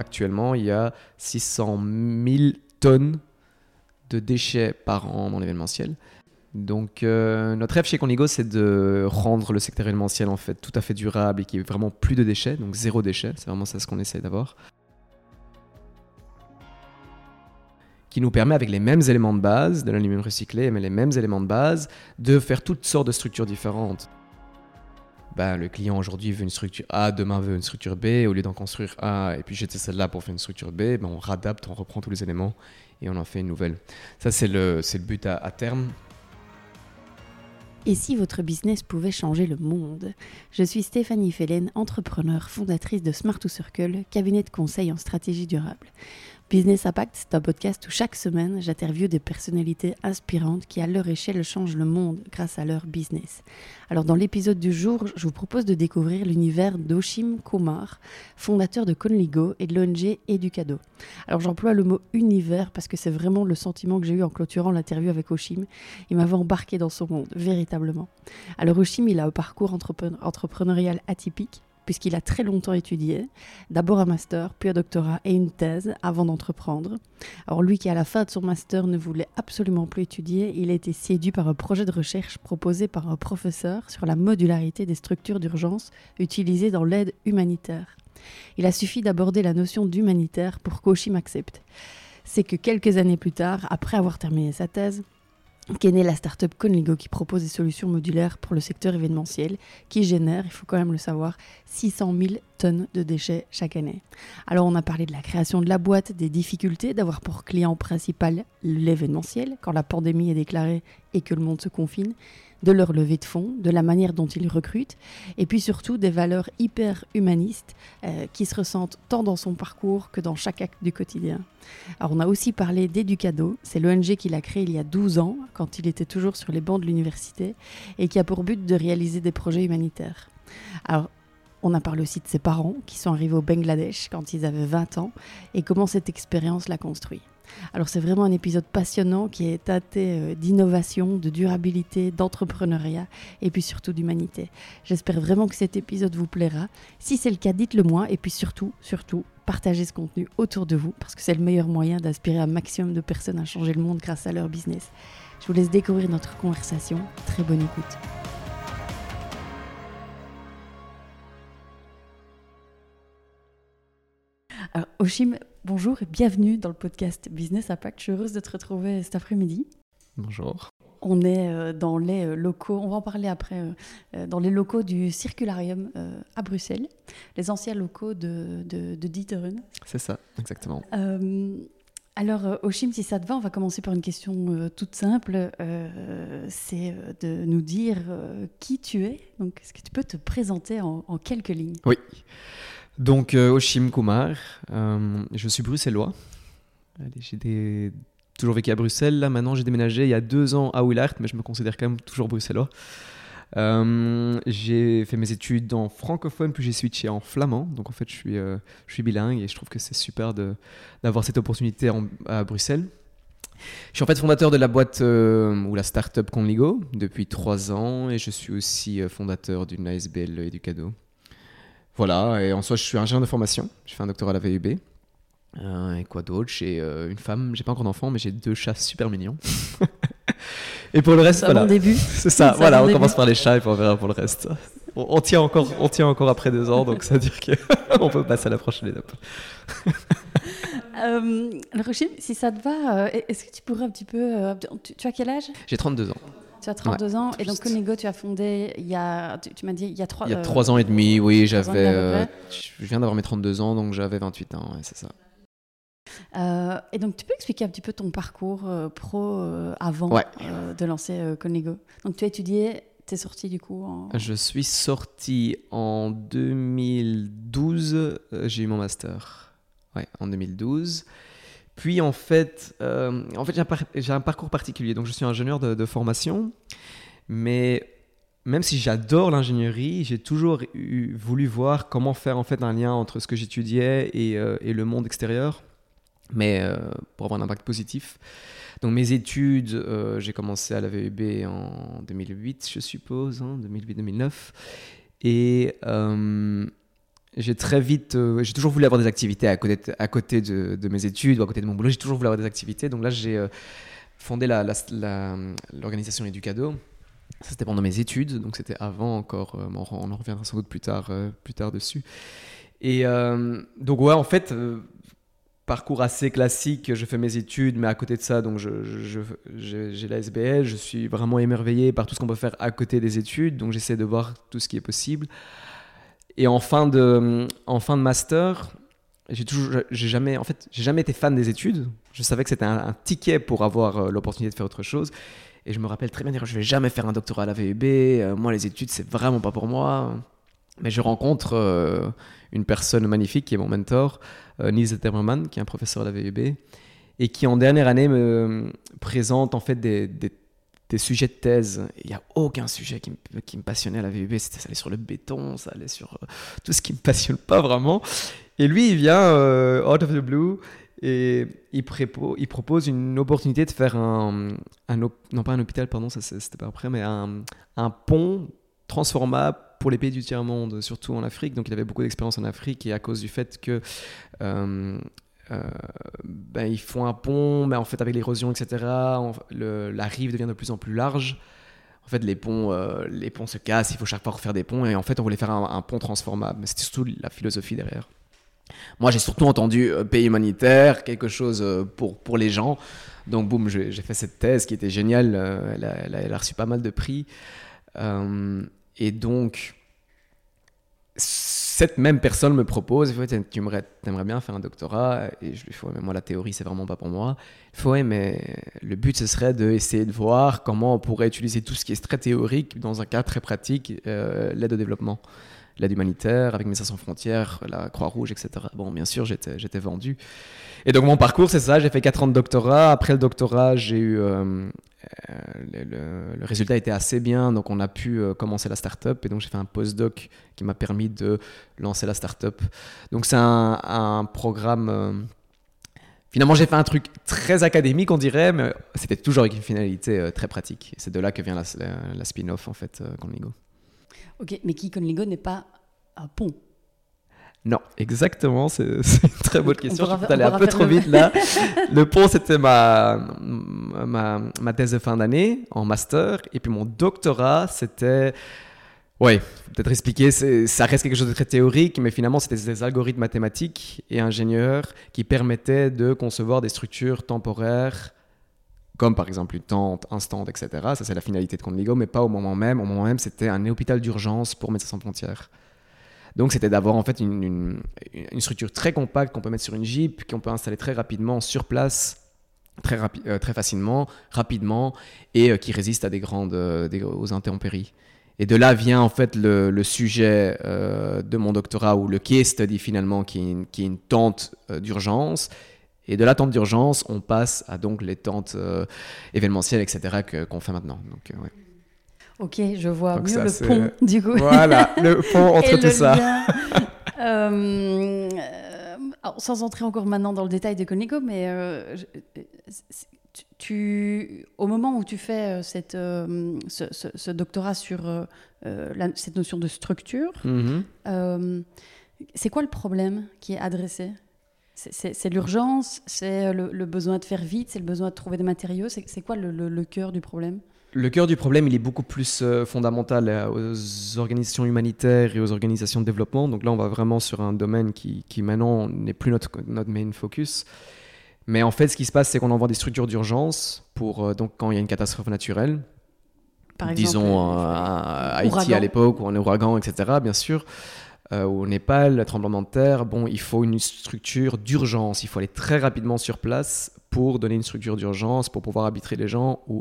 actuellement, il y a 600 000 tonnes de déchets par an dans l'événementiel. Donc notre rêve chez Conligo, c'est de rendre le secteur événementiel en fait tout à fait durable et qu'il y ait vraiment plus de déchets, donc zéro déchet, c'est vraiment ça ce qu'on essaie d'avoir. Qui nous permet avec les mêmes éléments de base, de l'aluminium recyclé, mais les mêmes éléments de base, de faire toutes sortes de structures différentes. Le client aujourd'hui veut une structure A, demain veut une structure B, au lieu d'en construire A et puis jeter celle-là pour faire une structure B, on réadapte, on reprend tous les éléments et on en fait une nouvelle. Ça c'est le but à terme. Et si votre business pouvait changer le monde ? Je suis Stéphanie Fellen, entrepreneur, fondatrice de Smart to Circle, cabinet de conseil en stratégie durable. Business Impact, c'est un podcast où chaque semaine, j'interviewe des personnalités inspirantes qui, à leur échelle, changent le monde grâce à leur business. Alors, dans l'épisode du jour, je vous propose de découvrir l'univers d'Oshim Kumar, fondateur de Conligo et de l'ONG Educado. Alors, j'emploie le mot univers parce que c'est vraiment le sentiment que j'ai eu en clôturant l'interview avec Oshim. Il m'avait embarqué dans son monde, véritablement. Alors, Oshim, il a un parcours entrepreneurial atypique, puisqu'il a très longtemps étudié, d'abord un master, puis un doctorat et une thèse avant d'entreprendre. Alors lui qui à la fin de son master ne voulait absolument plus étudier, il a été séduit par un projet de recherche proposé par un professeur sur la modularité des structures d'urgence utilisées dans l'aide humanitaire. Il a suffi d'aborder la notion d'humanitaire pour qu'Oshim accepte. C'est que quelques années plus tard, après avoir terminé sa thèse, qu'est née la start-up Conligo qui propose des solutions modulaires pour le secteur événementiel qui génère, il faut quand même le savoir, 600 000 tonnes de déchets chaque année. Alors on a parlé de la création de la boîte, des difficultés d'avoir pour client principal l'événementiel quand la pandémie est déclarée et que le monde se confine, de leur levée de fonds, de la manière dont ils recrutent, et puis surtout des valeurs hyper humanistes qui se ressentent tant dans son parcours que dans chaque acte du quotidien. Alors on a aussi parlé d'Educado, c'est l'ONG qu'il a créé il y a 12 ans, quand il était toujours sur les bancs de l'université, et qui a pour but de réaliser des projets humanitaires. Alors on a parlé aussi de ses parents qui sont arrivés au Bangladesh quand ils avaient 20 ans, et comment cette expérience l'a construit. Alors c'est vraiment un épisode passionnant qui est teinté d'innovation, de durabilité, d'entrepreneuriat et puis surtout d'humanité. J'espère vraiment que cet épisode vous plaira. Si c'est le cas, dites-le moi et puis surtout, partagez ce contenu autour de vous parce que c'est le meilleur moyen d'inspirer un maximum de personnes à changer le monde grâce à leur business. Je vous laisse découvrir notre conversation. Très bonne écoute. Alors, Oshim, bonjour et bienvenue dans le podcast Business Impact. Je suis heureuse de te retrouver cet après-midi. Bonjour. On est dans les locaux, on va en parler après, dans les locaux du Circularium à Bruxelles, les anciens locaux de D'Ieteren. C'est ça, exactement. Alors, Oshim, si ça te va, on va commencer par une question toute simple. C'est de nous dire qui tu es. Donc, est-ce que tu peux te présenter en quelques lignes ? Oui. Donc, Oshim Kumar, je suis bruxellois. J'ai toujours vécu à Bruxelles. Là, maintenant, j'ai déménagé il y a 2 ans à Willaert, mais je me considère quand même toujours bruxellois. J'ai fait mes études en francophone, puis j'ai switché en flamand. Donc, en fait, je suis bilingue et je trouve que c'est super d'avoir cette opportunité à Bruxelles. Je suis en fait fondateur de la boîte ou la start-up Conligo depuis 3 ans et je suis aussi fondateur d'une ASBL Educado. Voilà, et en soi, je suis ingénieur de formation. J'ai fait un doctorat à la VUB. Et quoi d'autre ? J'ai une femme, j'ai pas encore d'enfant, mais j'ai 2 chats super mignons. Et pour le reste, c'est voilà. un bon début. C'est ça, voilà, on commence par les chats et puis on verra pour le reste. On tient encore après 2 ans, donc ça veut dire qu'on peut passer à la prochaine étape. Alors, Oshim, si ça te va, est-ce que tu pourrais un petit peu... tu as quel âge ? J'ai 32 ans. Tu as 32 ans, et donc Conligo, tu as fondé il y a, tu m'as dit, il y a 3 ans et demi, oui, je viens d'avoir mes 32 ans, donc j'avais 28 ans, ouais, c'est ça. Et donc, tu peux expliquer un petit peu ton parcours pro avant de lancer Conligo ? Donc, tu as étudié, tu es sorti du coup Je suis sorti en 2012, j'ai eu mon master, en 2012. Puis en fait j'ai un parcours particulier. Donc je suis ingénieur de formation, mais même si j'adore l'ingénierie, j'ai toujours voulu voir comment faire en fait un lien entre ce que j'étudiais et le monde extérieur, mais pour avoir un impact positif. Donc mes études, j'ai commencé à la VUB en 2008, je suppose, 2008-2009, et j'ai très vite, j'ai toujours voulu avoir des activités à côté de mes études ou à côté de mon boulot. J'ai toujours voulu avoir des activités. Donc là, j'ai fondé l'organisation Educado. Ça, c'était pendant mes études, donc c'était avant encore. On en reviendra sans doute plus tard dessus. Et donc ouais, en fait, parcours assez classique. Je fais mes études, mais à côté de ça, donc j'ai la SBL. Je suis vraiment émerveillé par tout ce qu'on peut faire à côté des études. Donc j'essaie de voir tout ce qui est possible. Et en fin de master, j'ai jamais été fan des études. Je savais que c'était un ticket pour avoir l'opportunité de faire autre chose. Et je me rappelle très bien dire, je vais jamais faire un doctorat à la VUB. Moi, les études, c'est vraiment pas pour moi. Mais je rencontre une personne magnifique qui est mon mentor, Niels Temmerman, qui est un professeur à la VUB, et qui en dernière année me présente en fait des sujets de thèse. Il n'y a aucun sujet qui me passionnait à la VUB. Ça allait sur le béton, ça allait sur tout ce qui ne me passionne pas vraiment. Et lui, il vient out of the blue et il propose une opportunité de faire non pas un hôpital, pardon, ça c'était pas après, mais un pont transformable pour les pays du tiers-monde, surtout en Afrique. Donc il avait beaucoup d'expérience en Afrique, et à cause du fait que ils font un pont, mais en fait avec l'érosion, etc., la rive devient de plus en plus large. En fait, les ponts se cassent, il faut chaque fois refaire des ponts, et en fait on voulait faire un pont transformable. Mais c'était surtout la philosophie derrière. Moi, j'ai surtout entendu pays humanitaire, quelque chose pour les gens. Donc boum, j'ai fait cette thèse qui était géniale. Elle a reçu pas mal de prix. Et donc, cette même personne me propose, tu aimerais bien faire un doctorat, et je lui fais, mais moi la théorie c'est vraiment pas pour moi. Il faut, mais le but ce serait d'essayer de voir comment on pourrait utiliser tout ce qui est très théorique dans un cas très pratique, l'aide au développement, l'aide humanitaire avec Médecins sans frontières, la Croix-Rouge, etc. Bon, bien sûr, j'étais vendu. Et donc mon parcours c'est ça, j'ai fait 4 ans de doctorat. Après le doctorat, j'ai eu le résultat était assez bien, donc on a pu commencer la start-up, et donc j'ai fait un postdoc qui m'a permis de lancer la start-up. Donc c'est un programme. Finalement, j'ai fait un truc très académique, on dirait, mais c'était toujours avec une finalité très pratique. Et c'est de là que vient la spin-off en fait, Conligo. Ok, mais qui Conligo n'est pas un pont. Non, exactement, c'est une très bonne question. Je suis allé un peu trop vite là. Le pont, c'était ma thèse de fin d'année en master. Et puis mon doctorat, c'était... Ouais, peut-être expliquer, ça reste quelque chose de très théorique, mais finalement, c'était des algorithmes mathématiques et ingénieurs qui permettaient de concevoir des structures temporaires, comme par exemple une tente, un stand, etc. Ça, c'est la finalité de Conligo, mais pas au moment même. Au moment même, c'était un hôpital d'urgence pour Médecins sans frontières. Donc, c'était d'avoir en fait une structure très compacte qu'on peut mettre sur une Jeep, qu'on peut installer très rapidement sur place, très facilement, rapidement, et qui résiste à aux intempéries. Et de là vient en fait le sujet de mon doctorat, ou le case study finalement, qui est une tente d'urgence. Et de la tente d'urgence, on passe à donc les tentes événementielles, etc., qu'on fait maintenant. Donc, ouais. Ok, je vois donc mieux ça, le pont, du coup. Voilà, le pont entre tout ça. Alors, sans entrer encore maintenant dans le détail de Conligo, mais au moment où tu fais ce doctorat sur cette notion de structure, c'est quoi le problème qui est adressé ? C'est l'urgence, c'est le besoin de faire vite, c'est le besoin de trouver des matériaux. C'est quoi le cœur du problème ? Le cœur du problème, il est beaucoup plus fondamental aux organisations humanitaires et aux organisations de développement. Donc là, on va vraiment sur un domaine qui maintenant n'est plus notre main focus. Mais en fait, ce qui se passe, c'est qu'on envoie des structures d'urgence pour donc quand il y a une catastrophe naturelle. Par exemple, disons à Haïti à l'époque, ou un ouragan, etc., bien sûr. Au Népal, le tremblement de terre, bon, il faut une structure d'urgence. Il faut aller très rapidement sur place pour donner une structure d'urgence, pour pouvoir abriter les gens ou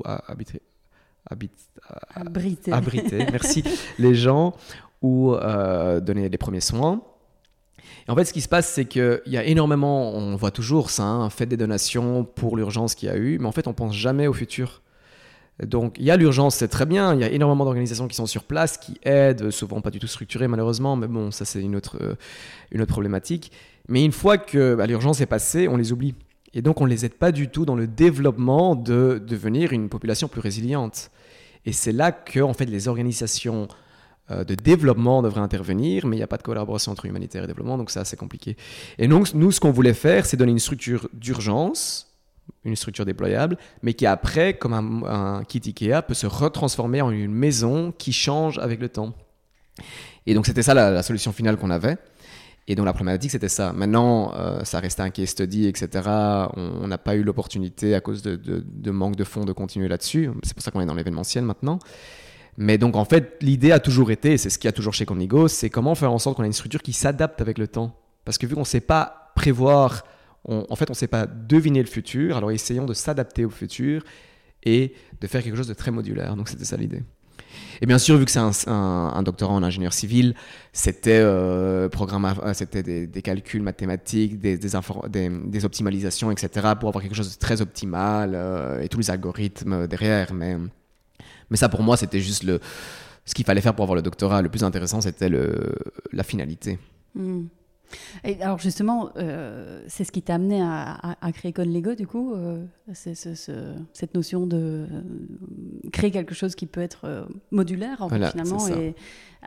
abriter, merci, les gens, ou donner les premiers soins. Et en fait, ce qui se passe, c'est qu'il y a énormément, on voit toujours ça, faites des donations pour l'urgence qu'il y a eu, mais en fait, on ne pense jamais au futur. Donc, il y a l'urgence, c'est très bien, il y a énormément d'organisations qui sont sur place, qui aident, souvent pas du tout structurées malheureusement, mais bon, ça c'est une autre problématique. Mais une fois que l'urgence est passée, on les oublie. Et donc, on ne les aide pas du tout dans le développement de devenir une population plus résiliente. Et c'est là que en fait, les organisations de développement devrait intervenir, mais il n'y a pas de collaboration entre humanitaire et développement, donc c'est assez compliqué. Et donc, nous, ce qu'on voulait faire, c'est donner une structure d'urgence, une structure déployable, mais qui après, comme un kit Ikea, peut se retransformer en une maison qui change avec le temps. Et donc, c'était ça la solution finale qu'on avait. Et donc, la problématique, c'était ça. Maintenant, ça restait un case study, etc. On n'a pas eu l'opportunité, à cause de manque de fonds, de continuer là-dessus. C'est pour ça qu'on est dans l'événementiel maintenant. Mais donc, en fait, l'idée a toujours été, et c'est ce qu'il y a toujours chez Conmigo, c'est comment faire en sorte qu'on ait une structure qui s'adapte avec le temps. Parce que vu qu'on ne sait pas prévoir, on ne sait pas deviner le futur, alors essayons de s'adapter au futur et de faire quelque chose de très modulaire. Donc, c'était ça l'idée. Et bien sûr, vu que c'est un doctorat en ingénieur civil, c'était des calculs mathématiques, des optimalisations, etc. pour avoir quelque chose de très optimal et tous les algorithmes derrière. Mais ça, pour moi, c'était juste ce qu'il fallait faire pour avoir le doctorat. Le plus intéressant, c'était la finalité. Et alors justement, c'est ce qui t'a amené à créer Conmigo, du coup, cette notion de créer quelque chose qui peut être modulaire, en fait, finalement. Et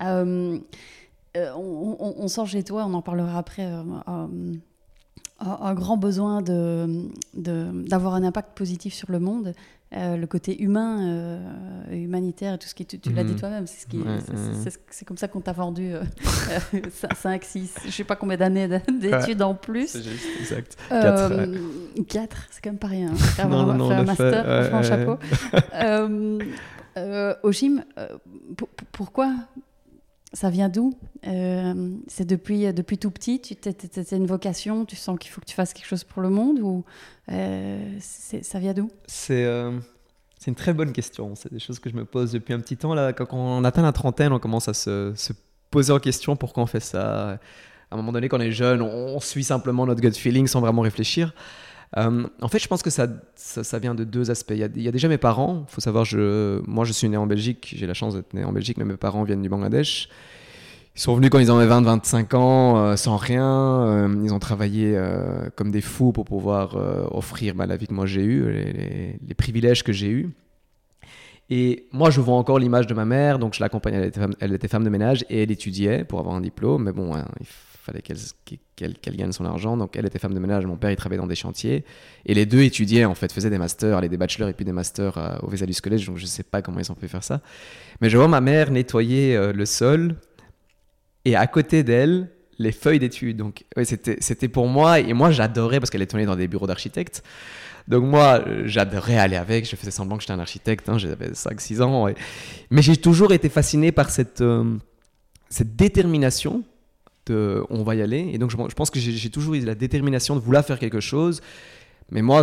on sent chez toi, on en parlera après, un grand besoin d'avoir un impact positif sur le monde. Le côté humain, humanitaire et tout ce qui tu l'as dit toi-même, c'est comme ça qu'on t'a vendu 5, 6, je sais pas combien d'années d'études en plus. C'est juste, exact. 4, c'est quand même pas rien. Faire un master, franchement, chapeau. Oshim, pourquoi ça vient d'où? C'est depuis tout petit, c'est une vocation, tu sens qu'il faut que tu fasses quelque chose pour le monde, ou ça vient d'où? C'est une très bonne question. C'est des choses que je me pose depuis un petit temps. Là, quand on atteint la trentaine, on commence à se poser en question pourquoi on fait ça. À un moment donné, quand on est jeune, on suit simplement notre gut feeling sans vraiment réfléchir. En fait, je pense que ça vient de deux aspects. Il y a déjà mes parents. Il faut savoir, moi, je suis né en Belgique. J'ai la chance d'être né en Belgique, mais mes parents viennent du Bangladesh. Ils sont venus quand ils avaient 20-25 ans, sans rien. Ils ont travaillé comme des fous pour pouvoir offrir la vie que moi j'ai eue, les privilèges que j'ai eus. Et moi, je vois encore l'image de ma mère. Donc, je l'accompagnais. Elle était femme de ménage et elle étudiait pour avoir un diplôme. Mais bon, il fallait qu'elle gagne son argent. Donc, elle était femme de ménage. Mon père, il travaillait dans des chantiers. Et les deux étudiaient, en fait, faisaient des masters, des bachelors et puis des masters au Vesalius College. Donc, je ne sais pas comment ils ont pu faire ça. Mais je vois ma mère nettoyer le sol. Et à côté d'elle, les feuilles d'études. Donc, ouais, c'était pour moi. Et moi, j'adorais, parce qu'elle est tournée dans des bureaux d'architectes. Donc, moi, j'adorais aller avec. Je faisais semblant que j'étais un architecte. J'avais 5-6 ans. Mais j'ai toujours été fasciné par cette détermination de on va y aller. Et donc, je pense que j'ai toujours eu la détermination de vouloir faire quelque chose. Mais moi,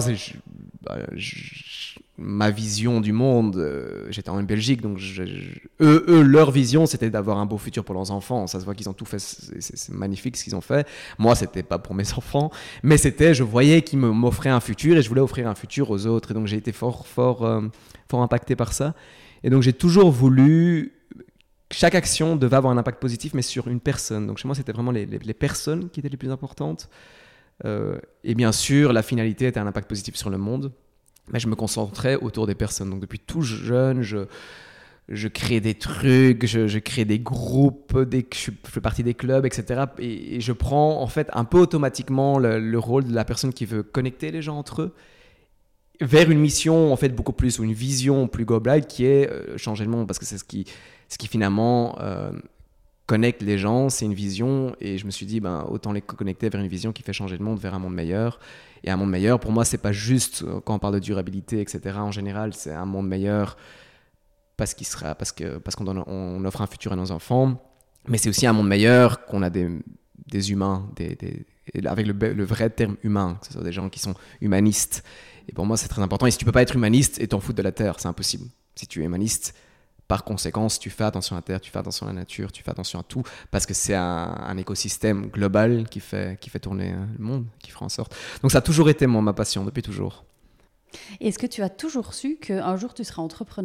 ma vision du monde, j'étais en Belgique, donc eux, leur vision, c'était d'avoir un beau futur pour leurs enfants. Ça se voit qu'ils ont tout fait, c'est magnifique ce qu'ils ont fait. Moi, c'était pas pour mes enfants, mais je voyais qu'ils m'offraient un futur et je voulais offrir un futur aux autres. Et donc, j'ai été fort impacté par ça. Et donc, j'ai toujours voulu... Chaque action devait avoir un impact positif, mais sur une personne. Donc, chez moi, c'était vraiment les personnes qui étaient les plus importantes. Et bien sûr, la finalité était un impact positif sur le monde. Mais je me concentrais autour des personnes. Donc depuis tout jeune, je crée des trucs, je crée des groupes, je fais partie des clubs, etc. Et je prends en fait un peu automatiquement le rôle de la personne qui veut connecter les gens entre eux vers une mission en fait beaucoup plus, ou une vision plus globale qui est changer le monde, parce que c'est ce qui finalement connecte les gens, c'est une vision. Et je me suis dit, autant les connecter vers une vision qui fait changer le monde, vers un monde meilleur. Et un monde meilleur, pour moi, c'est pas juste quand on parle de durabilité, etc. En général, c'est un monde meilleur parce qu'on offre un futur à nos enfants. Mais c'est aussi un monde meilleur qu'on a des humains, avec le vrai terme humain, que ce soit des gens qui sont humanistes. Et pour moi, c'est très important. Et si tu peux pas être humaniste et t'en foutre de la Terre, c'est impossible. Si tu es humaniste, par conséquence, tu fais attention à la Terre, tu fais attention à la nature, tu fais attention à tout, parce que c'est un écosystème global qui fait tourner le monde, qui fera en sorte. Donc ça a toujours été ma passion, depuis toujours. Est-ce que tu as toujours su qu'un jour tu seras entrepreneur ?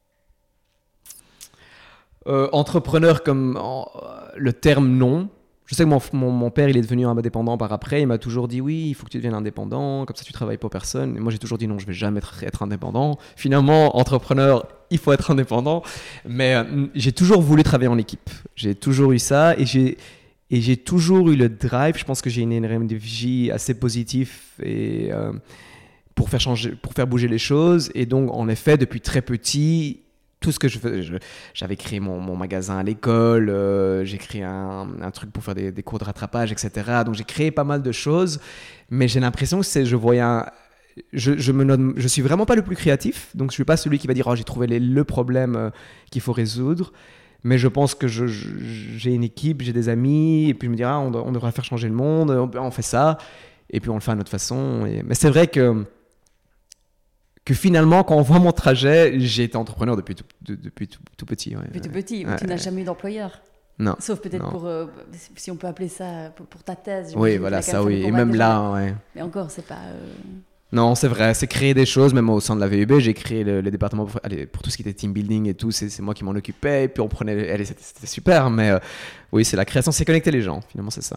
Entrepreneur comme le terme, non. Je sais que mon père, il est devenu indépendant par après. Il m'a toujours dit, oui, il faut que tu deviennes indépendant, comme ça tu travailles pour personne. Et moi, j'ai toujours dit, non, je vais jamais être indépendant. Finalement, entrepreneur, il faut être indépendant. Mais j'ai toujours voulu travailler en équipe. J'ai toujours eu ça et j'ai toujours eu le drive. Je pense que j'ai une énergie assez positive et pour faire bouger les choses. Et donc, en effet, depuis très petit, tout ce que je faisais, j'avais créé mon magasin à l'école, j'ai créé un truc pour faire des cours de rattrapage, etc. Donc, j'ai créé pas mal de choses, mais j'ai l'impression que je suis vraiment pas le plus créatif, donc je suis pas celui qui va dire, oh, j'ai trouvé le problème qu'il faut résoudre. Mais je pense que j'ai une équipe, j'ai des amis, et puis je me dis, on devrait faire changer le monde, on fait ça, et puis on le fait à notre façon. Mais c'est vrai que finalement, quand on voit mon trajet, j'ai été entrepreneur depuis tout petit. Ouais. Depuis tout petit, tu n'as jamais eu d'employeur. Non. Sauf peut-être pour, si on peut appeler ça, pour ta thèse. Oui, voilà, ça oui. Et même là, ouais. Mais encore, c'est pas... Non, c'est vrai, c'est créer des choses, même au sein de la VUB, j'ai créé le département pour tout ce qui était team building et tout, c'est moi qui m'en occupais, et puis on prenait, c'était super, mais oui, c'est la création, c'est connecter les gens, finalement, c'est ça.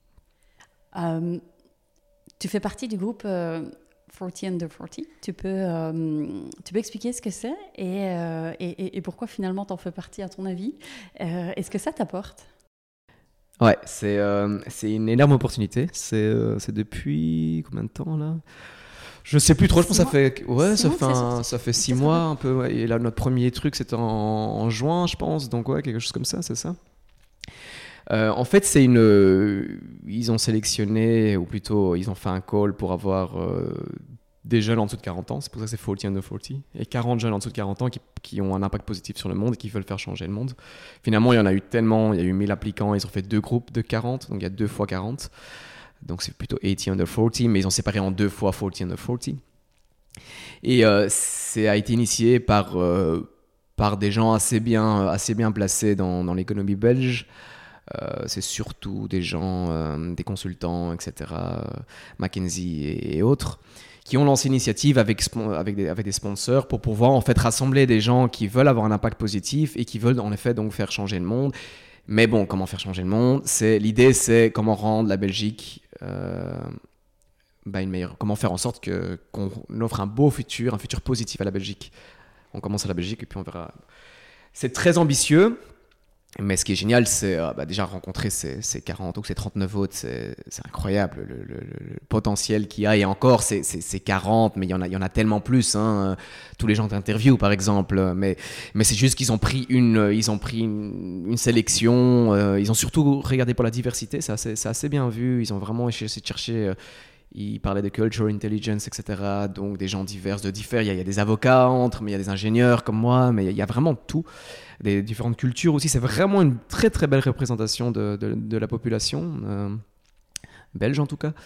Tu fais partie du groupe 40 Under 40, tu peux expliquer ce que c'est et pourquoi finalement t'en fais partie à ton avis, est-ce que ça t'apporte? Ouais, c'est une énorme opportunité, c'est depuis combien de temps là? Je sais plus trop, je pense que ça fait 6 mois un peu. Ouais. Et là, notre premier truc, c'était en juin, je pense. Donc, ouais, quelque chose comme ça, c'est ça. En fait, ils ont sélectionné, ou plutôt, ils ont fait un call pour avoir des jeunes en dessous de 40 ans. C'est pour ça que c'est 40 under 40. Et 40 jeunes en dessous de 40 ans qui ont un impact positif sur le monde et qui veulent faire changer le monde. Finalement, il y en a eu tellement. Il y a eu 1000 applicants. Ils ont fait 2 groupes de 40. Donc, il y a 2 fois 40. Donc c'est plutôt 80 under 40, mais ils ont séparé en 2 fois 40 under 40. Et ça a été initié par des gens assez bien placés dans l'économie belge. C'est surtout des gens, des consultants, etc., McKinsey et autres, qui ont lancé l'initiative avec des sponsors pour pouvoir en fait rassembler des gens qui veulent avoir un impact positif et qui veulent en effet donc faire changer le monde. Mais bon, comment faire changer le monde? L'idée, c'est comment rendre la Belgique une meilleure. Comment faire en sorte qu'on offre un beau futur, un futur positif à la Belgique. On commence à la Belgique et puis on verra. C'est très ambitieux, mais ce qui est génial, c'est déjà rencontrer ces 40 ou ces 39 autres. C'est incroyable le potentiel qu'il y a. Et encore, c'est 40, mais il y en a tellement plus. Hein. Tous les gens t'interviewent, par exemple. Mais c'est juste qu'ils ont pris une sélection. Ils ont surtout regardé pour la diversité. C'est assez bien vu. Ils ont vraiment essayé de chercher... Ils parlaient de culture intelligence, etc. Donc des gens divers, il y a des avocats mais il y a des ingénieurs comme moi, mais il y a vraiment tout. Des différentes cultures aussi. C'est vraiment une très très belle représentation de la population, belge en tout cas.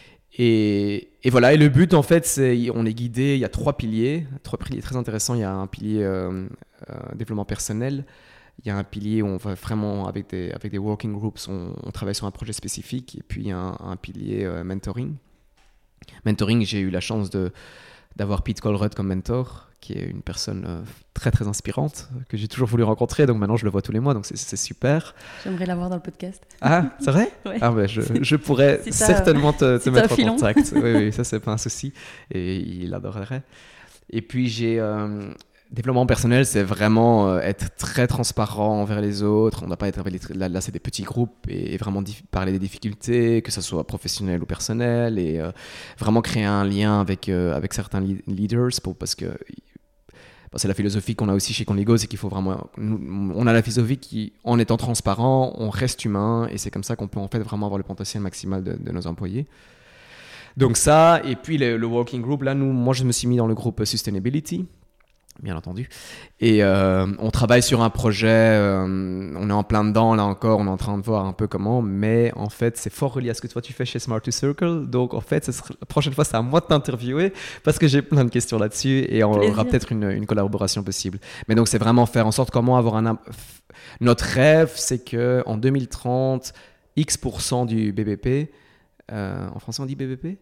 Et voilà, et le but en fait, on est guidé, il y a 3 piliers très intéressants. Il y a un pilier développement personnel. Il y a un pilier où on va vraiment, avec des working groups, on travaille sur un projet spécifique. Et puis il y a un pilier mentoring. Mentoring, j'ai eu la chance d'avoir Pete Colruyt comme mentor, qui est une personne très très inspirante, que j'ai toujours voulu rencontrer, donc maintenant je le vois tous les mois, donc c'est super. J'aimerais l'avoir dans le podcast. Ah, c'est vrai? Ouais. Ah ben je pourrais certainement te mettre en contact. Oui, ça c'est pas un souci, et il adorerait. Et puis j'ai... développement personnel, c'est vraiment être très transparent envers les autres. On ne doit pas être là, c'est des petits groupes et vraiment parler des difficultés, que ce soit professionnel ou personnel, et vraiment créer un lien avec certains leaders parce que c'est la philosophie qu'on a aussi chez Conligo, c'est qu'il faut vraiment... On a la philosophie qui, en étant transparent, on reste humain et c'est comme ça qu'on peut en fait vraiment avoir le potentiel maximal de nos employés. Donc ça, et puis le working group, là, moi je me suis mis dans le groupe Sustainability, bien entendu. Et on travaille sur un projet, on est en plein dedans là encore, on est en train de voir un peu comment, mais en fait c'est fort relié à ce que toi tu fais chez Smart to Circle, donc en fait la prochaine fois c'est à moi de t'interviewer parce que j'ai plein de questions là-dessus et on aura peut-être une collaboration possible. Mais donc c'est vraiment faire en sorte comment avoir notre rêve, c'est qu'en 2030, X% du BBP, en français on dit BBP?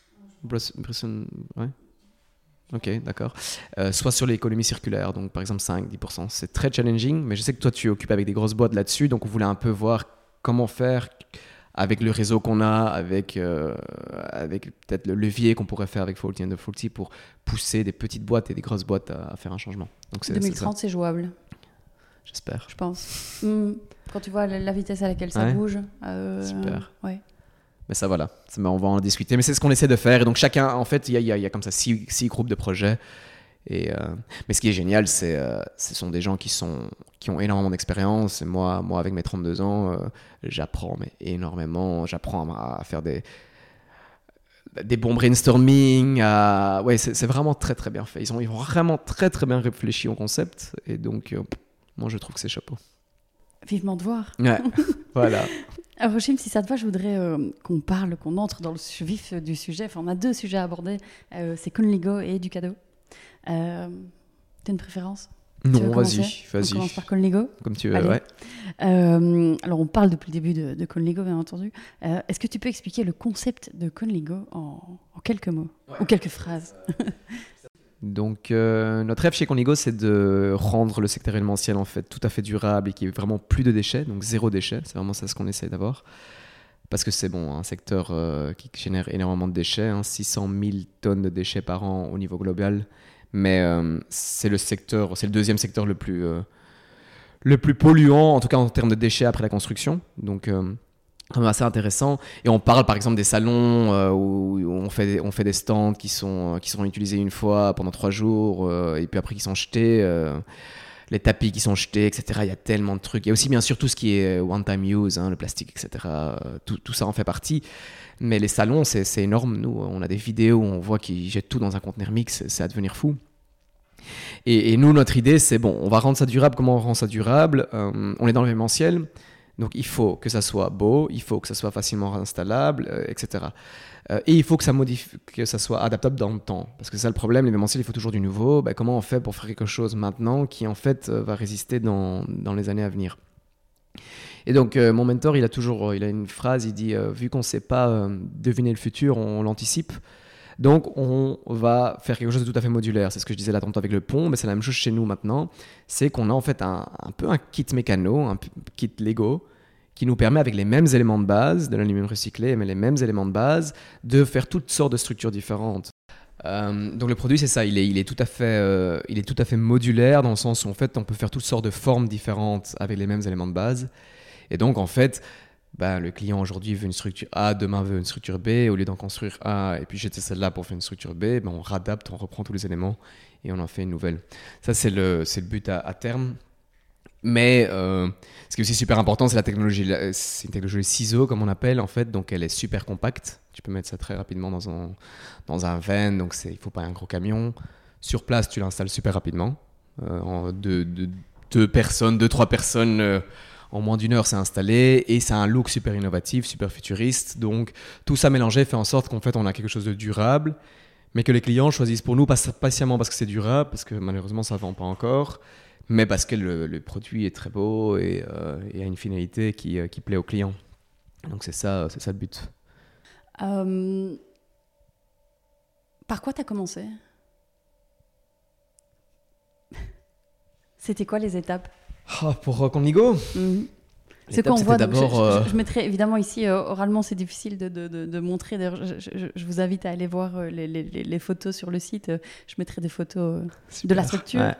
Ouais. Ok, d'accord. Soit sur l'économie circulaire, donc par exemple 5-10%. C'est très challenging, mais je sais que toi tu occupes avec des grosses boîtes là-dessus, donc on voulait un peu voir comment faire avec le réseau qu'on a, avec peut-être le levier qu'on pourrait faire avec Faulty and the Faulty pour pousser des petites boîtes et des grosses boîtes à faire un changement. Donc 2030, c'est jouable. J'espère. Je pense. Quand tu vois la vitesse à laquelle ça bouge. Super. Ouais. Mais ça, voilà. On va en discuter. Mais c'est ce qu'on essaie de faire. Et donc, chacun, en fait, il y a comme ça 6 groupes de projets. Mais ce qui est génial, ce sont des gens qui ont énormément d'expérience. Et moi, avec mes 32 ans, j'apprends énormément. J'apprends à faire des bons brainstorming. C'est vraiment très, très bien fait. Ils ont vraiment très, très bien réfléchi au concept. Et donc, moi, je trouve que c'est chapeau. Vivement de voir. Ouais, voilà. Alors, Rochim, si ça te va, je voudrais qu'on entre dans le vif du sujet. Enfin, on a 2 sujets à aborder. C'est Conligo et Educado. T'as une préférence? Non, vas-y. On commence par Conligo. Comme tu veux, allez. Ouais. Alors, on parle depuis le début de Conligo, bien entendu. Est-ce que tu peux expliquer le concept de Conligo en quelques mots ou quelques phrases? Donc, notre rêve chez Conligo, c'est de rendre le secteur événementiel en fait tout à fait durable et qu'il n'y ait vraiment plus de déchets, donc 0 déchets. C'est vraiment ça ce qu'on essaie d'avoir. Parce que c'est un secteur qui génère énormément de déchets, 600 000 tonnes de déchets par an au niveau global. Mais c'est le 2e secteur le plus polluant, en tout cas en termes de déchets après la construction. Donc, c'est assez intéressant. Et on parle par exemple des salons où on fait des stands qui sont utilisés une fois pendant 3 jours et puis après qui sont jetés. Les tapis qui sont jetés, etc. Il y a tellement de trucs. Il y a aussi bien sûr tout ce qui est one-time use, le plastique, etc. Tout ça en fait partie. Mais les salons, c'est énorme. Nous, on a des vidéos où on voit qu'ils jettent tout dans un conteneur mix. C'est à devenir fou. Et nous, notre idée, c'est on va rendre ça durable. Comment on rend ça durable? On est dans l'événementiel. Donc, il faut que ça soit beau, il faut que ça soit facilement installable, etc. Et il faut que ça soit adaptable dans le temps. Parce que c'est ça le problème, l'événementiel, il faut toujours du nouveau. Comment on fait pour faire quelque chose maintenant qui, en fait, va résister dans les années à venir? Et donc, mon mentor, il a une phrase, il dit « Vu qu'on ne sait pas deviner le futur, on l'anticipe. Donc, on va faire quelque chose de tout à fait modulaire. » C'est ce que je disais là tantôt avec le pont, mais c'est la même chose chez nous maintenant. C'est qu'on a en fait un peu un kit mécano, un kit Lego, qui nous permet, avec les mêmes éléments de base, de l'aluminium recyclé, mais les mêmes éléments de base, de faire toutes sortes de structures différentes. Donc le produit, c'est ça, il est tout à fait modulaire, dans le sens où en fait, on peut faire toutes sortes de formes différentes avec les mêmes éléments de base. Et donc, en fait, le client aujourd'hui veut une structure A, demain veut une structure B. Au lieu d'en construire A et puis jeter celle-là pour faire une structure B, on radapte, on reprend tous les éléments et on en fait une nouvelle. Ça, c'est le but à terme. Mais ce qui est aussi super important, c'est la technologie. C'est une technologie ciseau, comme on appelle, en fait. Donc, elle est super compacte. Tu peux mettre ça très rapidement dans un van. Donc, il ne faut pas un gros camion. Sur place, tu l'installes super rapidement. En 2 personnes, 2-3 personnes, en moins d'1 heure, c'est installé. Et c'est un look super innovatif, super futuriste. Donc, tout ça mélangé fait en sorte qu'en fait, on a quelque chose de durable, mais que les clients choisissent pour nous, pas patiemment parce que c'est durable, parce que malheureusement, ça ne vend pas encore, mais parce que le produit est très beau et a une finalité qui plaît aux clients. Donc c'est ça le but. Par quoi tu as commencé? C'était quoi les étapes? Pour Conligo Ce qu'on voit, je mettrai évidemment ici, oralement c'est difficile de montrer, d'ailleurs je vous invite à aller voir les photos sur le site, je mettrai des photos de la structure.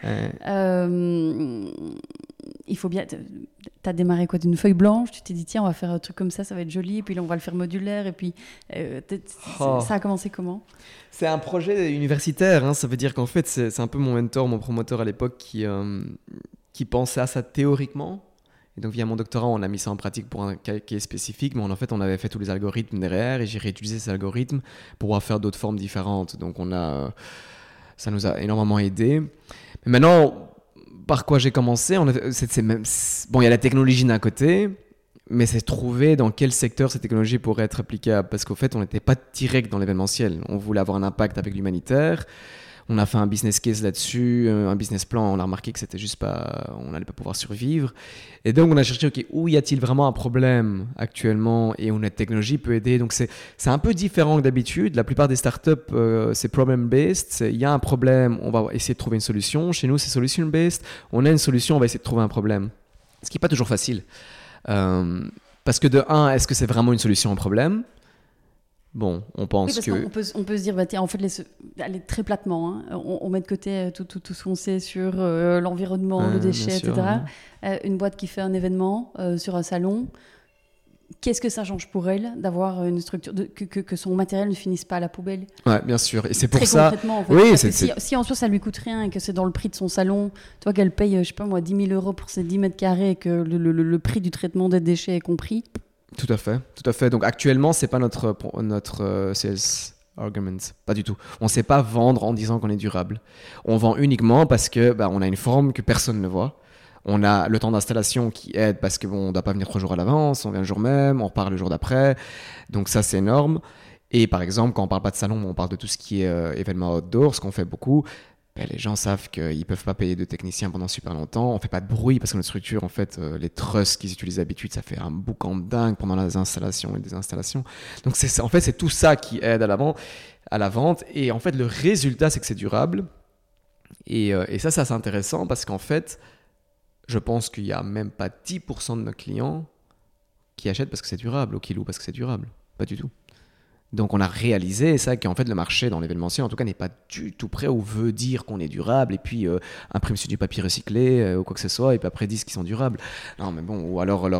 Il faut bien, t'as démarré quoi, d'une feuille blanche, tu t'es dit tiens on va faire un truc comme ça va être joli, et puis là on va le faire modulaire, et puis ça a commencé comment? C'est un projet universitaire, ça veut dire qu'en fait c'est un peu mon mentor, mon promoteur à l'époque qui pensait à ça théoriquement. Et donc, via mon doctorat, on a mis ça en pratique pour un cas qui est spécifique, mais en fait, on avait fait tous les algorithmes derrière et j'ai réutilisé ces algorithmes pour pouvoir faire d'autres formes différentes. Donc, ça nous a énormément aidé. Mais maintenant, par quoi j'ai commencé? Bon, il y a la technologie d'un côté, mais c'est trouver dans quel secteur cette technologie pourrait être applicable. Parce qu'au fait, on n'était pas direct dans l'événementiel. On voulait avoir un impact avec l'humanitaire. On a fait un business case là-dessus, un business plan. On a remarqué que c'était juste pas, on n'allait pas pouvoir survivre. Et donc, on a cherché, OK, où y a-t-il vraiment un problème actuellement et où notre technologie peut aider? Donc, c'est un peu différent que d'habitude. La plupart des startups, c'est problem-based. Il y a un problème, on va essayer de trouver une solution. Chez nous, c'est solution-based. On a une solution, on va essayer de trouver un problème. Ce qui n'est pas toujours facile. Parce que de un, est-ce que c'est vraiment une solution au problème? Bon, on pense parce que... qu'on peut se dire, en fait, allez, très platement, hein, on met de côté tout ce qu'on sait sur l'environnement, le déchet, bien sûr, etc. Une boîte qui fait un événement sur un salon, qu'est-ce que ça change pour elle d'avoir une structure, que son matériel ne finisse pas à la poubelle? Ouais, bien sûr. Et c'est pour très ça... concrètement, en fait. Oui, Si en soi ça lui coûte rien et que c'est dans le prix de son salon, toi qu'elle paye, je sais pas moi, 10 000 euros pour ses 10 mètres carrés et que le prix du traitement des déchets est compris. Tout à fait, tout à fait. Donc actuellement, c'est pas notre sales argument, pas du tout. On ne sait pas vendre en disant qu'on est durable. On vend uniquement parce que on a une forme que personne ne voit. On a le temps d'installation qui aide parce que on ne doit pas venir 3 jours à l'avance, on vient le jour même, on repart le jour d'après. Donc ça, c'est énorme. Et par exemple, quand on parle pas de salon, on parle de tout ce qui est événement outdoor, ce qu'on fait beaucoup. Les gens savent qu'ils ne peuvent pas payer de techniciens pendant super longtemps. On ne fait pas de bruit parce que notre structure, en fait, les trusses qu'ils utilisent d'habitude, ça fait un boucan de dingue pendant les installations et désinstallations. Donc, en fait, c'est tout ça qui aide à la vente. Et en fait, le résultat, c'est que c'est durable. Et ça, c'est intéressant parce qu'en fait, je pense qu'il n'y a même pas 10% de nos clients qui achètent parce que c'est durable ou qui louent parce que c'est durable. Pas du tout. Donc on a réalisé ça, qu'en fait le marché dans l'événementiel en tout cas n'est pas du tout prêt ou veut dire qu'on est durable et puis imprime sur du papier recyclé ou quoi que ce soit et puis après disent qu'ils sont durables. Non mais bon, ou alors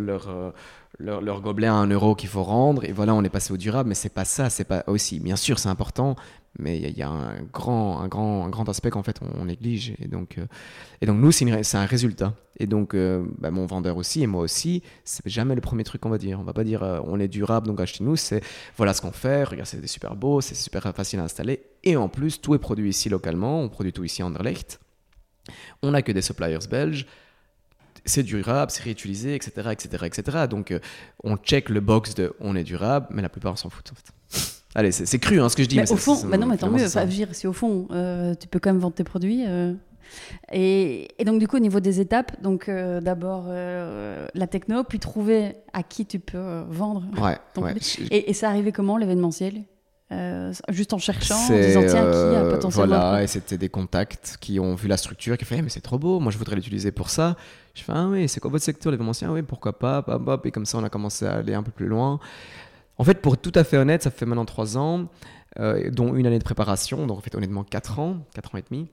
leur gobelet à 1 euro qu'il faut rendre et voilà on est passé au durable, mais c'est pas ça, c'est pas aussi, bien sûr c'est important, mais il y a un grand aspect qu'en fait on néglige et donc nous c'est un résultat et donc mon vendeur aussi et moi aussi, c'est jamais le premier truc qu'on va dire. On va pas dire on est durable donc achetez-nous, c'est voilà ce qu'on fait, regarde c'est super beau, c'est super facile à installer et en plus tout est produit ici localement, on produit tout ici en Anderlecht, on n'a que des suppliers belges, c'est durable, c'est réutilisé, etc. Donc on check le box de on est durable, mais la plupart s'en foutent en fait. Allez, c'est cru ce que je dis. Mais au fond, non, mais tant mieux. Enfin, je veux dire, si au fond, tu peux quand même vendre tes produits. Et donc, du coup, au niveau des étapes, donc d'abord la techno, puis trouver à qui tu peux vendre. Ouais. Et ça arrivait comment, l'événementiel? Juste en cherchant, en disant tiens, qui a potentiellement. Voilà, et c'était des contacts qui ont vu la structure, qui ont fait mais c'est trop beau, moi je voudrais l'utiliser pour ça. Je fais oui, c'est quoi votre secteur, l'événementiel? Oui, pourquoi pas, et comme ça on a commencé à aller un peu plus loin. En fait, pour être tout à fait honnête, ça fait maintenant 3 ans, dont une année de préparation, donc en fait honnêtement 4 ans et demi.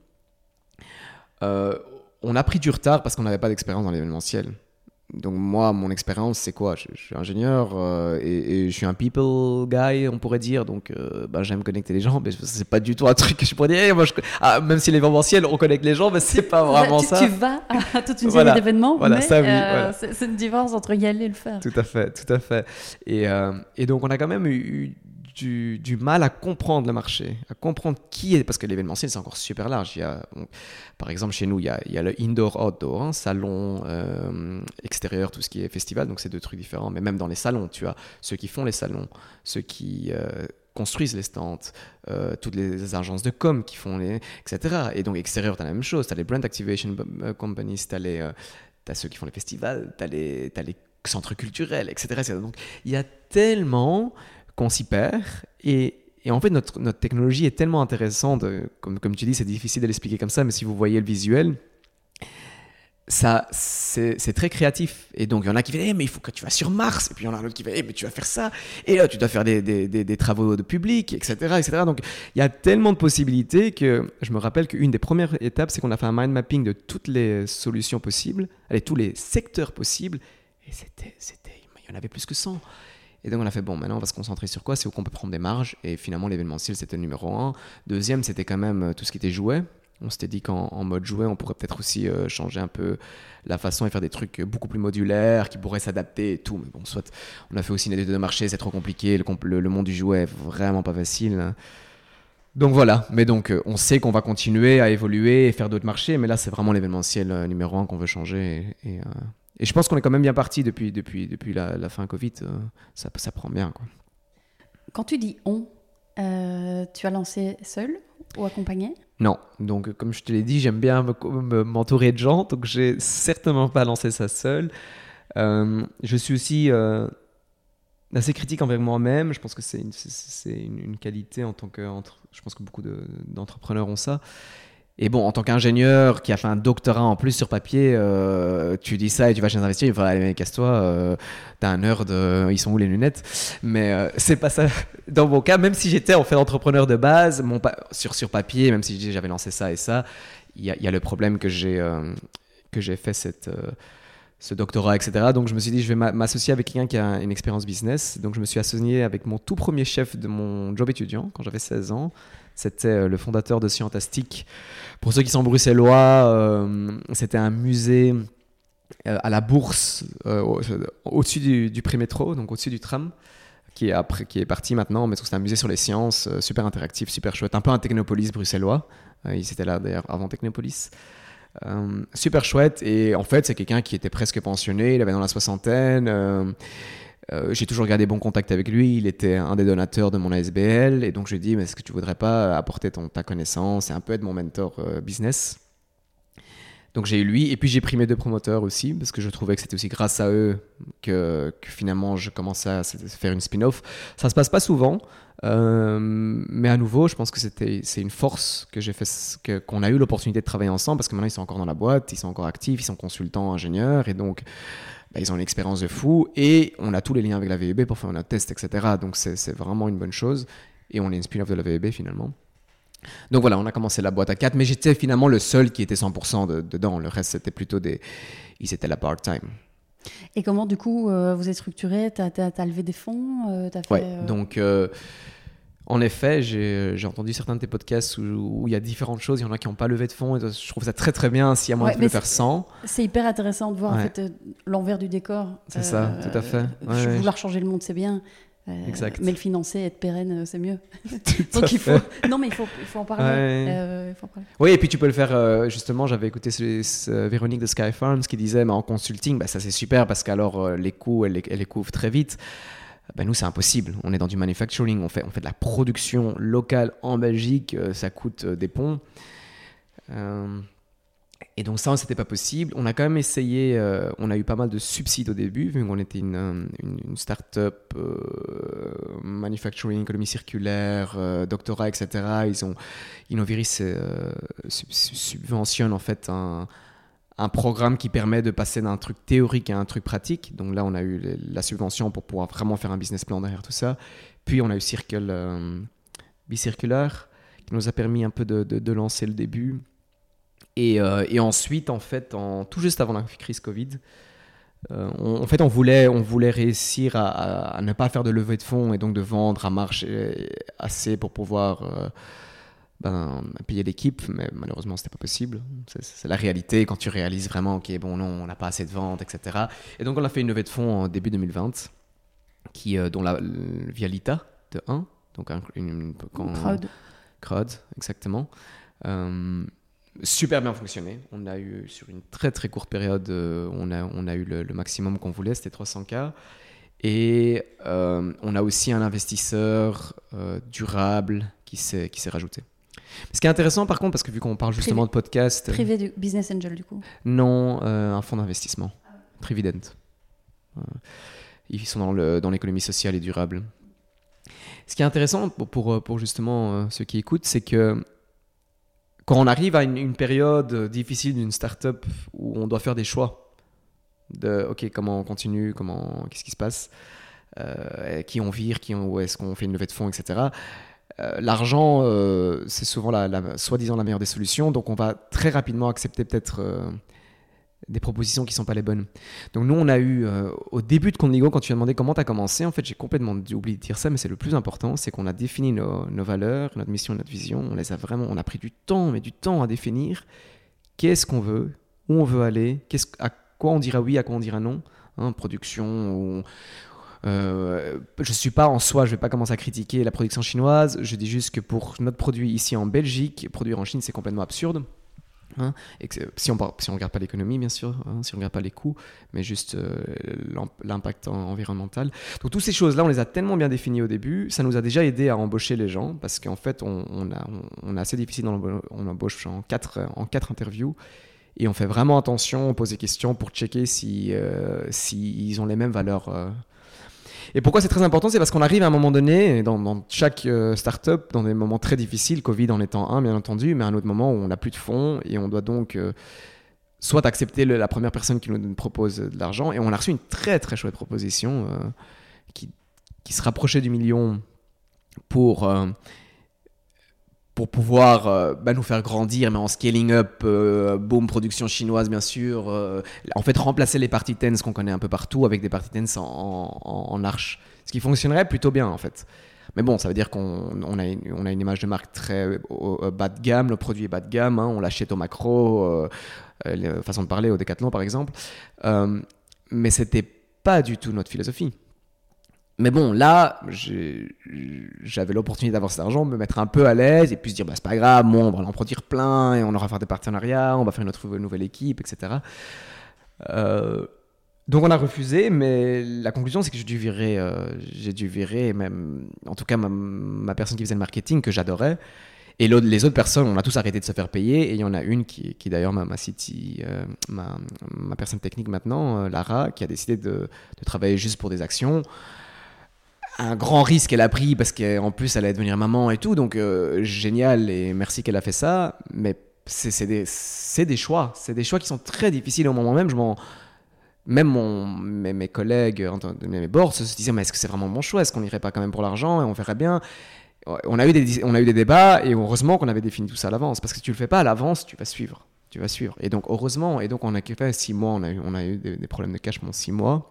On a pris du retard parce qu'on n'avait pas d'expérience dans l'événementiel. Donc moi, mon expérience, c'est quoi? Je suis ingénieur et je suis un people guy, on pourrait dire. Donc j'aime connecter les gens, mais c'est pas du tout un truc que je pourrais dire. Moi, même si l'événementiel, on connecte les gens, mais c'est pas vraiment ça. Tu vas à toute une série d'événements, mais ça, oui, voilà. C'est une différence entre y aller et le faire. Tout à fait. Et donc on a quand même eu du mal à comprendre le marché, à comprendre qui est, parce que l'événementiel c'est encore super large. Par exemple chez nous il y a le indoor-outdoor, salon extérieur, tout ce qui est festival, donc c'est 2 trucs différents. Mais même dans les salons, tu as ceux qui font les salons, ceux qui construisent les stands, toutes les agences de com qui font etc. Et donc extérieur tu as la même chose, tu as les brand activation companies, tu as ceux qui font les festivals, tu as les centres culturels, etc. Donc il y a tellement qu'on s'y perd et en fait notre technologie est tellement intéressante, comme tu dis c'est difficile de l'expliquer comme ça, mais si vous voyez le visuel, ça c'est très créatif et donc il y en a qui disent mais il faut que tu vas sur Mars, et puis il y en a un autre qui dit mais tu vas faire ça, et là tu dois faire des travaux de public, etc. Donc il y a tellement de possibilités que je me rappelle qu'une des premières étapes c'est qu'on a fait un mind mapping de toutes les solutions possibles, tous les secteurs possibles, et il y en avait plus que 100. Et donc on a fait maintenant on va se concentrer sur quoi, c'est où qu'on peut prendre des marges, et finalement l'événementiel c'était le numéro 1. Deuxième c'était quand même tout ce qui était jouets. On s'était dit qu'en mode jouet on pourrait peut-être aussi changer un peu la façon et faire des trucs beaucoup plus modulaires qui pourraient s'adapter et tout, mais bon soit on a fait aussi une étude de marché, c'est trop compliqué, le monde du jouet est vraiment pas facile. Donc voilà, mais donc on sait qu'on va continuer à évoluer et faire d'autres marchés, mais là c'est vraiment l'événementiel numéro 1 qu'on veut changer, et je pense qu'on est quand même bien parti depuis la fin Covid, ça prend bien, quoi. Quand tu dis on, tu as lancé seul ou accompagné? Non, donc comme je te l'ai dit, j'aime bien m'entourer de gens, donc j'ai certainement pas lancé ça seul. Je suis aussi assez critique envers moi-même, je pense que c'est une qualité en tant que... je pense que beaucoup d'entrepreneurs ont ça. Et bon, en tant qu'ingénieur qui a fait un doctorat en plus sur papier, tu dis ça et tu vas chez un investisseur, il va allez, casse-toi, t'as un nerd, ils sont où les lunettes? Mais c'est pas ça. Dans mon cas, même si j'étais en fait entrepreneur de base, sur papier, même si j'avais lancé ça et ça, il y a le problème que j'ai fait ce doctorat, etc. Donc je me suis dit, je vais m'associer avec quelqu'un qui a une expérience business. Donc je me suis associé avec mon tout premier chef de mon job étudiant quand j'avais 16 ans. C'était le fondateur de Scientastic. Pour ceux qui sont bruxellois, c'était un musée à la Bourse, au-dessus du prémétro, donc au-dessus du tram, qui est parti maintenant, mais c'est un musée sur les sciences, super interactif, super chouette, un peu un Technopolis bruxellois. Ils étaient là d'ailleurs avant Technopolis. Super chouette, et en fait c'est quelqu'un qui était presque pensionné, il avait dans la soixantaine. J'ai toujours gardé bon contact avec lui, il était un des donateurs de mon ASBL, et donc je lui ai dit, mais est-ce que tu voudrais pas apporter ta connaissance et un peu être mon mentor business? Donc j'ai eu lui, et puis j'ai pris mes 2 promoteurs aussi, parce que je trouvais que c'était aussi grâce à eux que finalement je commençais à faire une spin-off. Ça se passe pas souvent, mais à nouveau je pense que c'est une force que j'ai fait, qu'on a eu l'opportunité de travailler ensemble, parce que maintenant ils sont encore dans la boîte, ils sont encore actifs, ils sont consultants, ingénieurs, et donc ils ont une expérience de fou, et on a tous les liens avec la VEB pour faire notre test, etc. Donc c'est vraiment une bonne chose, et on est une spin-off de la VEB finalement. Donc voilà, on a commencé la boîte à 4, mais j'étais finalement le seul qui était 100% dedans. Le reste, c'était plutôt ils étaient la part-time. Et comment, du coup, vous êtes structuré? T'as levé des fonds? Donc en effet, j'ai entendu certains de tes podcasts où il y a différentes choses. Il y en a qui n'ont pas levé de fonds, et je trouve ça très très bien s'il y a moyen de le faire sans. C'est hyper intéressant de voir en fait, l'envers du décor. C'est ça, tout à fait. Vouloir changer le monde, c'est bien. Exact. Mais le financer, être pérenne, c'est mieux. Donc il faut... Non, mais il faut en parler. Oui, et puis tu peux le faire. Justement, j'avais écouté Véronique de Sky Farms qui disait, mais en consulting, ça c'est super parce qu'alors les coûts, elle les couvre très vite. Nous, c'est impossible. On est dans du manufacturing, on fait de la production locale en Belgique, ça coûte des ponts. Et donc ça, c'était pas possible. On a quand même essayé, on a eu pas mal de subsides au début, vu qu'on était une start-up manufacturing, économie circulaire, doctorat, etc. Innoviris subventionne en fait un programme qui permet de passer d'un truc théorique à un truc pratique. Donc là, on a eu la subvention pour pouvoir vraiment faire un business plan derrière tout ça. Puis on a eu Circle Bicirculaire, qui nous a permis un peu de lancer le début. Et ensuite, en fait, tout juste avant la crise Covid, on voulait réussir à ne pas faire de levée de fonds et donc de vendre à marge assez pour pouvoir payer l'équipe, mais malheureusement, c'était pas possible. C'est la réalité quand tu réalises vraiment, ok, bon, non, on n'a pas assez de ventes, etc. Et donc, on a fait une levée de fonds en début 2020, via l'ITA de 1, donc Crowd, exactement. Super bien fonctionné. On a eu, sur une très très courte période, on a eu le maximum qu'on voulait, c'était 300K. Et on a aussi un investisseur durable qui s'est rajouté. Ce qui est intéressant par contre, parce que vu qu'on parle justement de podcast... Privé du Business Angel du coup? Non, un fonds d'investissement, Trivident. Ils sont dans l'économie sociale et durable. Ce qui est intéressant pour justement ceux qui écoutent, c'est que quand on arrive à une période difficile d'une start-up où on doit faire des choix de ok, comment on continue, qu'est-ce qui se passe, qui on vire, où est-ce qu'on fait une levée de fonds, etc. L'argent, c'est souvent soi-disant la meilleure des solutions, donc on va très rapidement accepter peut-être des propositions qui ne sont pas les bonnes. Donc nous, on a eu, au début de Condigo, quand tu as demandé comment tu as commencé, en fait, j'ai complètement oublié de dire ça, mais c'est le plus important, c'est qu'on a défini nos valeurs, notre mission et notre vision. On a pris du temps à définir qu'est-ce qu'on veut, où on veut aller, à quoi on dira oui, à quoi on dira non, production je suis pas en soi, je vais pas commencer à critiquer la production chinoise, je dis juste que pour notre produit ici en Belgique, produire en Chine, c'est complètement absurde. Et si on regarde pas l'économie bien sûr, si on regarde pas les coûts, mais juste l'impact environnemental. Donc toutes ces choses là on les a tellement bien définies au début, ça nous a déjà aidé à embaucher les gens, parce qu'en fait on a assez difficile on embauche en 4 interviews, et on fait vraiment attention, on pose des questions pour checker si ils ont les mêmes valeurs. Et pourquoi c'est très important? C'est parce qu'on arrive à un moment donné, dans chaque start-up, dans des moments très difficiles, Covid en étant un, bien entendu, mais à un autre moment où on n'a plus de fonds et on doit donc soit accepter la première personne qui nous propose de l'argent. Et on a reçu une très très chouette proposition qui se rapprochait du million pour pouvoir nous faire grandir, mais en scaling up, boom, production chinoise bien sûr. En fait, remplacer les party tents qu'on connaît un peu partout avec des party tents en arche. Ce qui fonctionnerait plutôt bien en fait. Mais bon, ça veut dire qu'on a une image de marque très bas de gamme, le produit est bas de gamme, hein, on l'achète au Macro, façon de parler, au Decathlon par exemple. Mais c'était pas du tout notre philosophie. Mais bon, là, j'avais l'opportunité d'avoir cet argent, me mettre un peu à l'aise et puis se dire, c'est pas grave, bon, on va en produire plein et on aura fait des partenariats, on va faire une nouvelle équipe, etc. Donc on a refusé, mais la conclusion, c'est que j'ai dû virer même, en tout cas, ma personne qui faisait le marketing, que j'adorais. Et les autres personnes, on a tous arrêté de se faire payer. Et il y en a une qui d'ailleurs ma personne technique maintenant, Lara, qui a décidé de travailler juste pour des actions. Un grand risque qu'elle a pris parce qu'en plus elle allait devenir maman et tout, donc génial et merci qu'elle a fait ça, mais c'est des choix qui sont très difficiles au moment même. Mes collègues, mes boards se disaient, mais est-ce que c'est vraiment mon choix, est-ce qu'on n'irait pas quand même pour l'argent et on verrait bien. On a eu des débats et heureusement qu'on avait défini tout ça à l'avance, parce que si tu le fais pas à l'avance, tu vas suivre. Et donc heureusement, on a fait 6 mois, on a eu des problèmes de cash pendant 6 mois.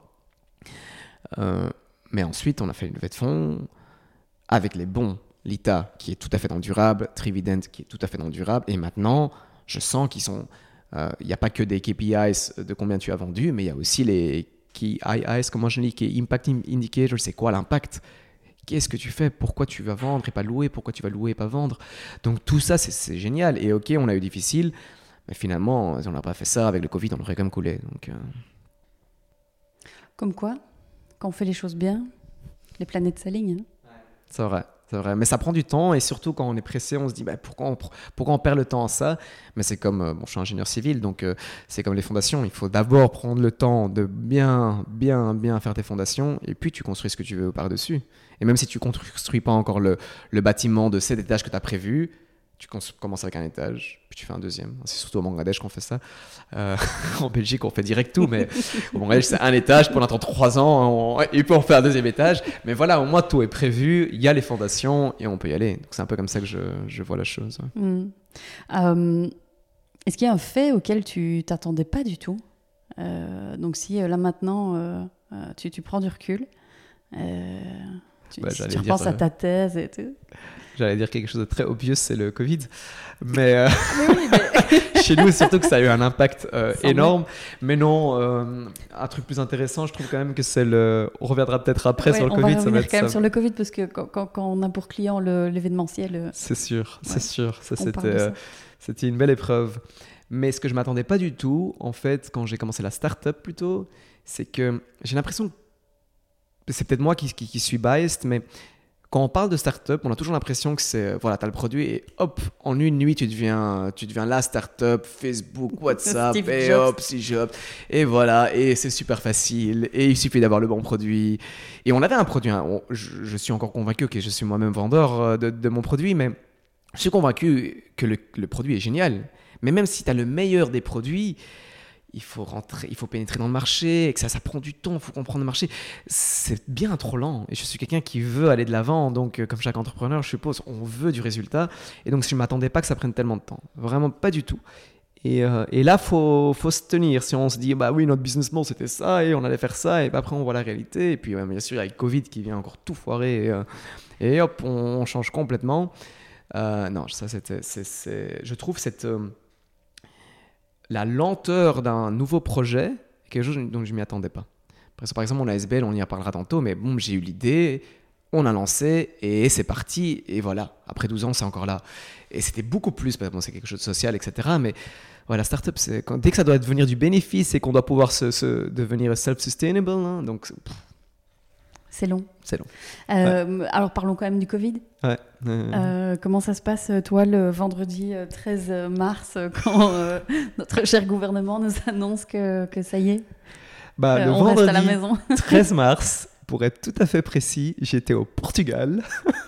Mais ensuite, on a fait une levée de fonds avec les bons. Lita, qui est tout à fait dans le durable, Trivident, qui est tout à fait dans le durable. Et maintenant, je sens qu'ils sont... Il n'y a pas que des KPIs de combien tu as vendu, mais il y a aussi les KIIs, comment je dis, qui Impact Indicator, c'est quoi l'impact? Qu'est-ce que tu fais? Pourquoi tu vas vendre et pas louer? Pourquoi tu vas louer et pas vendre? Donc tout ça, c'est génial. Et ok, on a eu difficile, mais finalement, si on n'a pas fait ça avec le Covid, on aurait quand même coulé. Donc, Comme quoi, quand on fait les choses bien, les planètes s'alignent. Hein. C'est vrai. Mais ça prend du temps et surtout quand on est pressé, on se dit pourquoi on perd le temps à ça? Mais c'est comme, je suis ingénieur civil, donc c'est comme les fondations. Il faut d'abord prendre le temps de bien faire tes fondations et puis tu construis ce que tu veux par-dessus. Et même si tu ne construis pas encore le bâtiment de 7 étages que tu as prévu, tu commences avec un étage, puis tu fais un deuxième. C'est surtout au Bangladesh qu'on fait ça. En Belgique, on fait direct tout, mais au Bangladesh, c'est un étage. Pour l'instant, 3 ans, et puis on fait un deuxième étage. Mais voilà, au moins, tout est prévu. Il y a les fondations et on peut y aller. Donc, c'est un peu comme ça que je vois la chose. Ouais. Est-ce qu'il y a un fait auquel tu t'attendais pas du tout? Donc, si là, maintenant, tu prends du recul, tu repenses à ta thèse et tout. J'allais dire quelque chose de très obvious, c'est le Covid. Mais chez nous, surtout que ça a eu un impact énorme. Mais non, un truc plus intéressant, je trouve quand même que c'est on reviendra peut-être après sur le Covid. On va revenir quand même sur le Covid, parce que quand on a pour client l'événementiel... C'est sûr. Ça, c'était une belle épreuve. Mais ce que je ne m'attendais pas du tout, en fait, quand j'ai commencé la start-up plutôt, c'est que j'ai l'impression... C'est peut-être moi qui suis biased, mais... Quand on parle de start-up, on a toujours l'impression que c'est, voilà, tu as le produit et hop, en une nuit, tu deviens la start-up, Facebook, WhatsApp, et hop, Steve Jobs, et voilà, et c'est super facile, et il suffit d'avoir le bon produit. Et on avait un produit, je suis encore convaincu que je suis moi-même vendeur de mon produit, mais je suis convaincu que le produit est génial. Mais même si tu as le meilleur des produits, il faut pénétrer dans le marché, et que ça prend du temps, il faut comprendre le marché. C'est bien trop lent. Et je suis quelqu'un qui veut aller de l'avant, donc comme chaque entrepreneur, je suppose, on veut du résultat. Et donc, je ne m'attendais pas que ça prenne tellement de temps. Vraiment pas du tout. Et là, faut se tenir. Si on se dit, oui, notre business model, c'était ça, et on allait faire ça, et après, on voit la réalité. Et puis, bien sûr, avec Covid qui vient encore tout foirer, et hop, on change complètement. Non, ça, je trouve la lenteur d'un nouveau projet, quelque chose dont je ne m'y attendais pas. Par exemple, mon ASBL, on y en parlera tantôt, mais boum, j'ai eu l'idée, on a lancé et c'est parti. Et voilà, après 12 ans, c'est encore là. Et c'était beaucoup plus, parce que c'est quelque chose de social, etc. Mais voilà, la startup, dès que ça doit devenir du bénéfice et qu'on doit pouvoir devenir self-sustainable, hein, donc... C'est long. Ouais. Alors, parlons quand même du Covid. Ouais. Comment ça se passe, toi, le vendredi 13 mars, quand notre cher gouvernement nous annonce que ça y est, le on vendredi reste à la maison. 13 mars, Pour être tout à fait précis, j'étais au Portugal.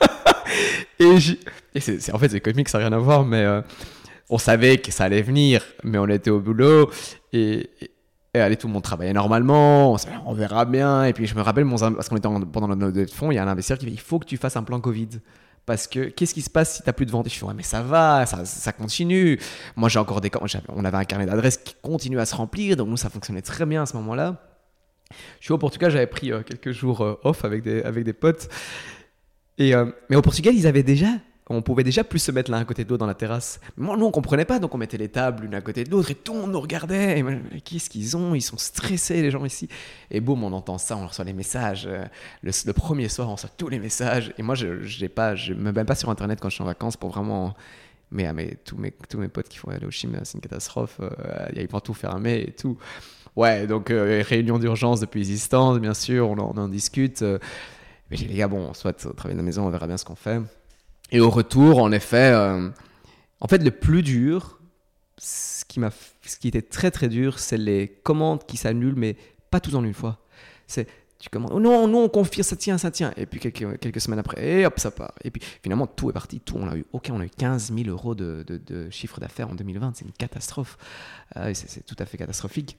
En fait, c'est comique, ça n'a rien à voir, mais on savait que ça allait venir, mais on était au boulot et allez, tout le monde travaillait normalement, on verra bien. Et puis je me rappelle, parce qu'on était pendant notre levée de fonds, il y a un investisseur qui dit il faut que tu fasses un plan Covid. Parce que qu'est-ce qui se passe si tu n'as plus de vente? Et je fais ouais, mais ça va, ça continue. Moi, j'ai encore on avait un carnet d'adresses qui continue à se remplir, donc nous, ça fonctionnait très bien à ce moment-là. Je suis au Portugal, j'avais pris quelques jours off avec des potes. Mais au Portugal, on pouvait déjà plus se mettre l'un à côté de l'autre dans la terrasse. Nous, on comprenait pas, donc on mettait les tables l'une à côté de l'autre et tout le monde nous regardait. Et moi, mais qu'est-ce qu'ils ont? Ils sont stressés, les gens ici. Et boum, on entend ça, on reçoit les messages. Le premier soir, on reçoit tous les messages. Et moi, je me mets pas sur Internet quand je suis en vacances pour vraiment... Mais tous mes potes qui font aller au Chine, c'est une catastrophe. Ils vont tout fermer et tout. Ouais, donc réunion d'urgence depuis existence, bien sûr, on en discute. Mais j'ai dit, les gars, bon, soit on travaille de la maison, on verra bien ce qu'on fait. Et au retour, en effet, en fait, le plus dur, ce qui était très très dur, c'est les commandes qui s'annulent, mais pas tous en une fois. Tu commandes, oh non, on confirme, ça tient. Et puis quelques semaines après, et hop, ça part. Et puis finalement, tout est parti. On a eu 15 000 euros de chiffre d'affaires en 2020. C'est une catastrophe. C'est tout à fait catastrophique.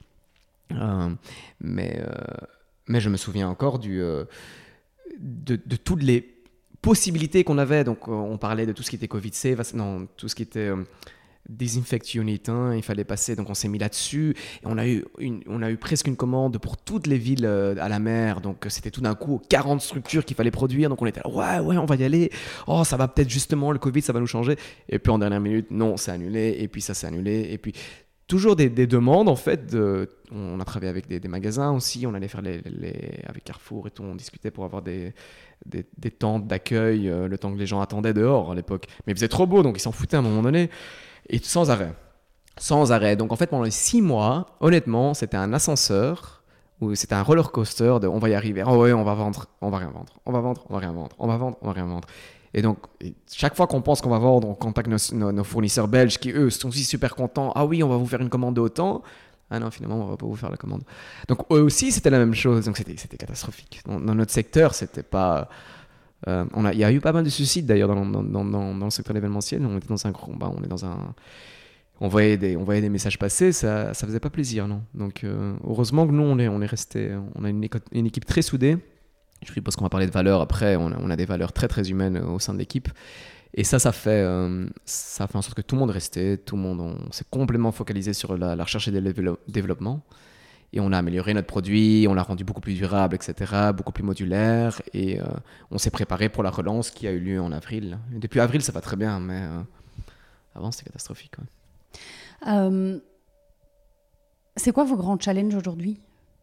Mais je me souviens encore de toutes les possibilités qu'on avait. Donc on parlait de tout ce qui était Covid safe, tout ce qui était disinfect unit, il fallait passer, donc on s'est mis là-dessus et on a eu presque une commande pour toutes les villes à la mer, donc c'était tout d'un coup 40 structures qu'il fallait produire, donc on était là, ouais on va y aller, oh ça va peut-être justement, le Covid ça va nous changer, et puis en dernière minute non, c'est annulé, et puis ça s'est annulé, et puis toujours des demandes en fait. On a travaillé avec des magasins aussi, on allait faire avec Carrefour et tout, on discutait pour avoir des tentes d'accueil, le temps que les gens attendaient dehors à l'époque. Mais il faisait trop beau, donc ils s'en foutaient à un moment donné. Et sans arrêt. Donc en fait, pendant les 6 mois, honnêtement, c'était un ascenseur, ou c'était un roller coaster de on va y arriver, oh ouais, on va vendre, on va rien vendre, on va vendre, on va rien vendre, on va vendre, on va rien vendre. Et donc, chaque fois qu'on pense qu'on va vendre, on contacte nos fournisseurs belges qui, eux, sont aussi super contents. Ah oui, on va vous faire une commande de autant. Ah non, finalement, on va pas vous faire la commande. Donc, eux aussi, c'était la même chose. Donc, c'était catastrophique. Dans notre secteur, c'était pas... il y a eu pas mal de suicides, d'ailleurs, dans le secteur de l'événementiel. On était dans un gros... On voyait des messages passer, ça faisait pas plaisir, non. Donc, heureusement que nous, on est resté... On a une équipe très soudée. Je suppose qu'on va parler de valeurs après. On a des valeurs très très humaines au sein de l'équipe, et ça fait en sorte que tout le monde est resté, on s'est complètement focalisé sur la recherche et le développement, et on a amélioré notre produit, on l'a rendu beaucoup plus durable, etc., beaucoup plus modulaire, et on s'est préparé pour la relance qui a eu lieu en avril. Et depuis avril, ça va très bien, mais avant c'était catastrophique. Ouais. C'est quoi vos grands challenges aujourd'hui ?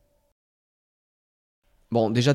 Bon, déjà,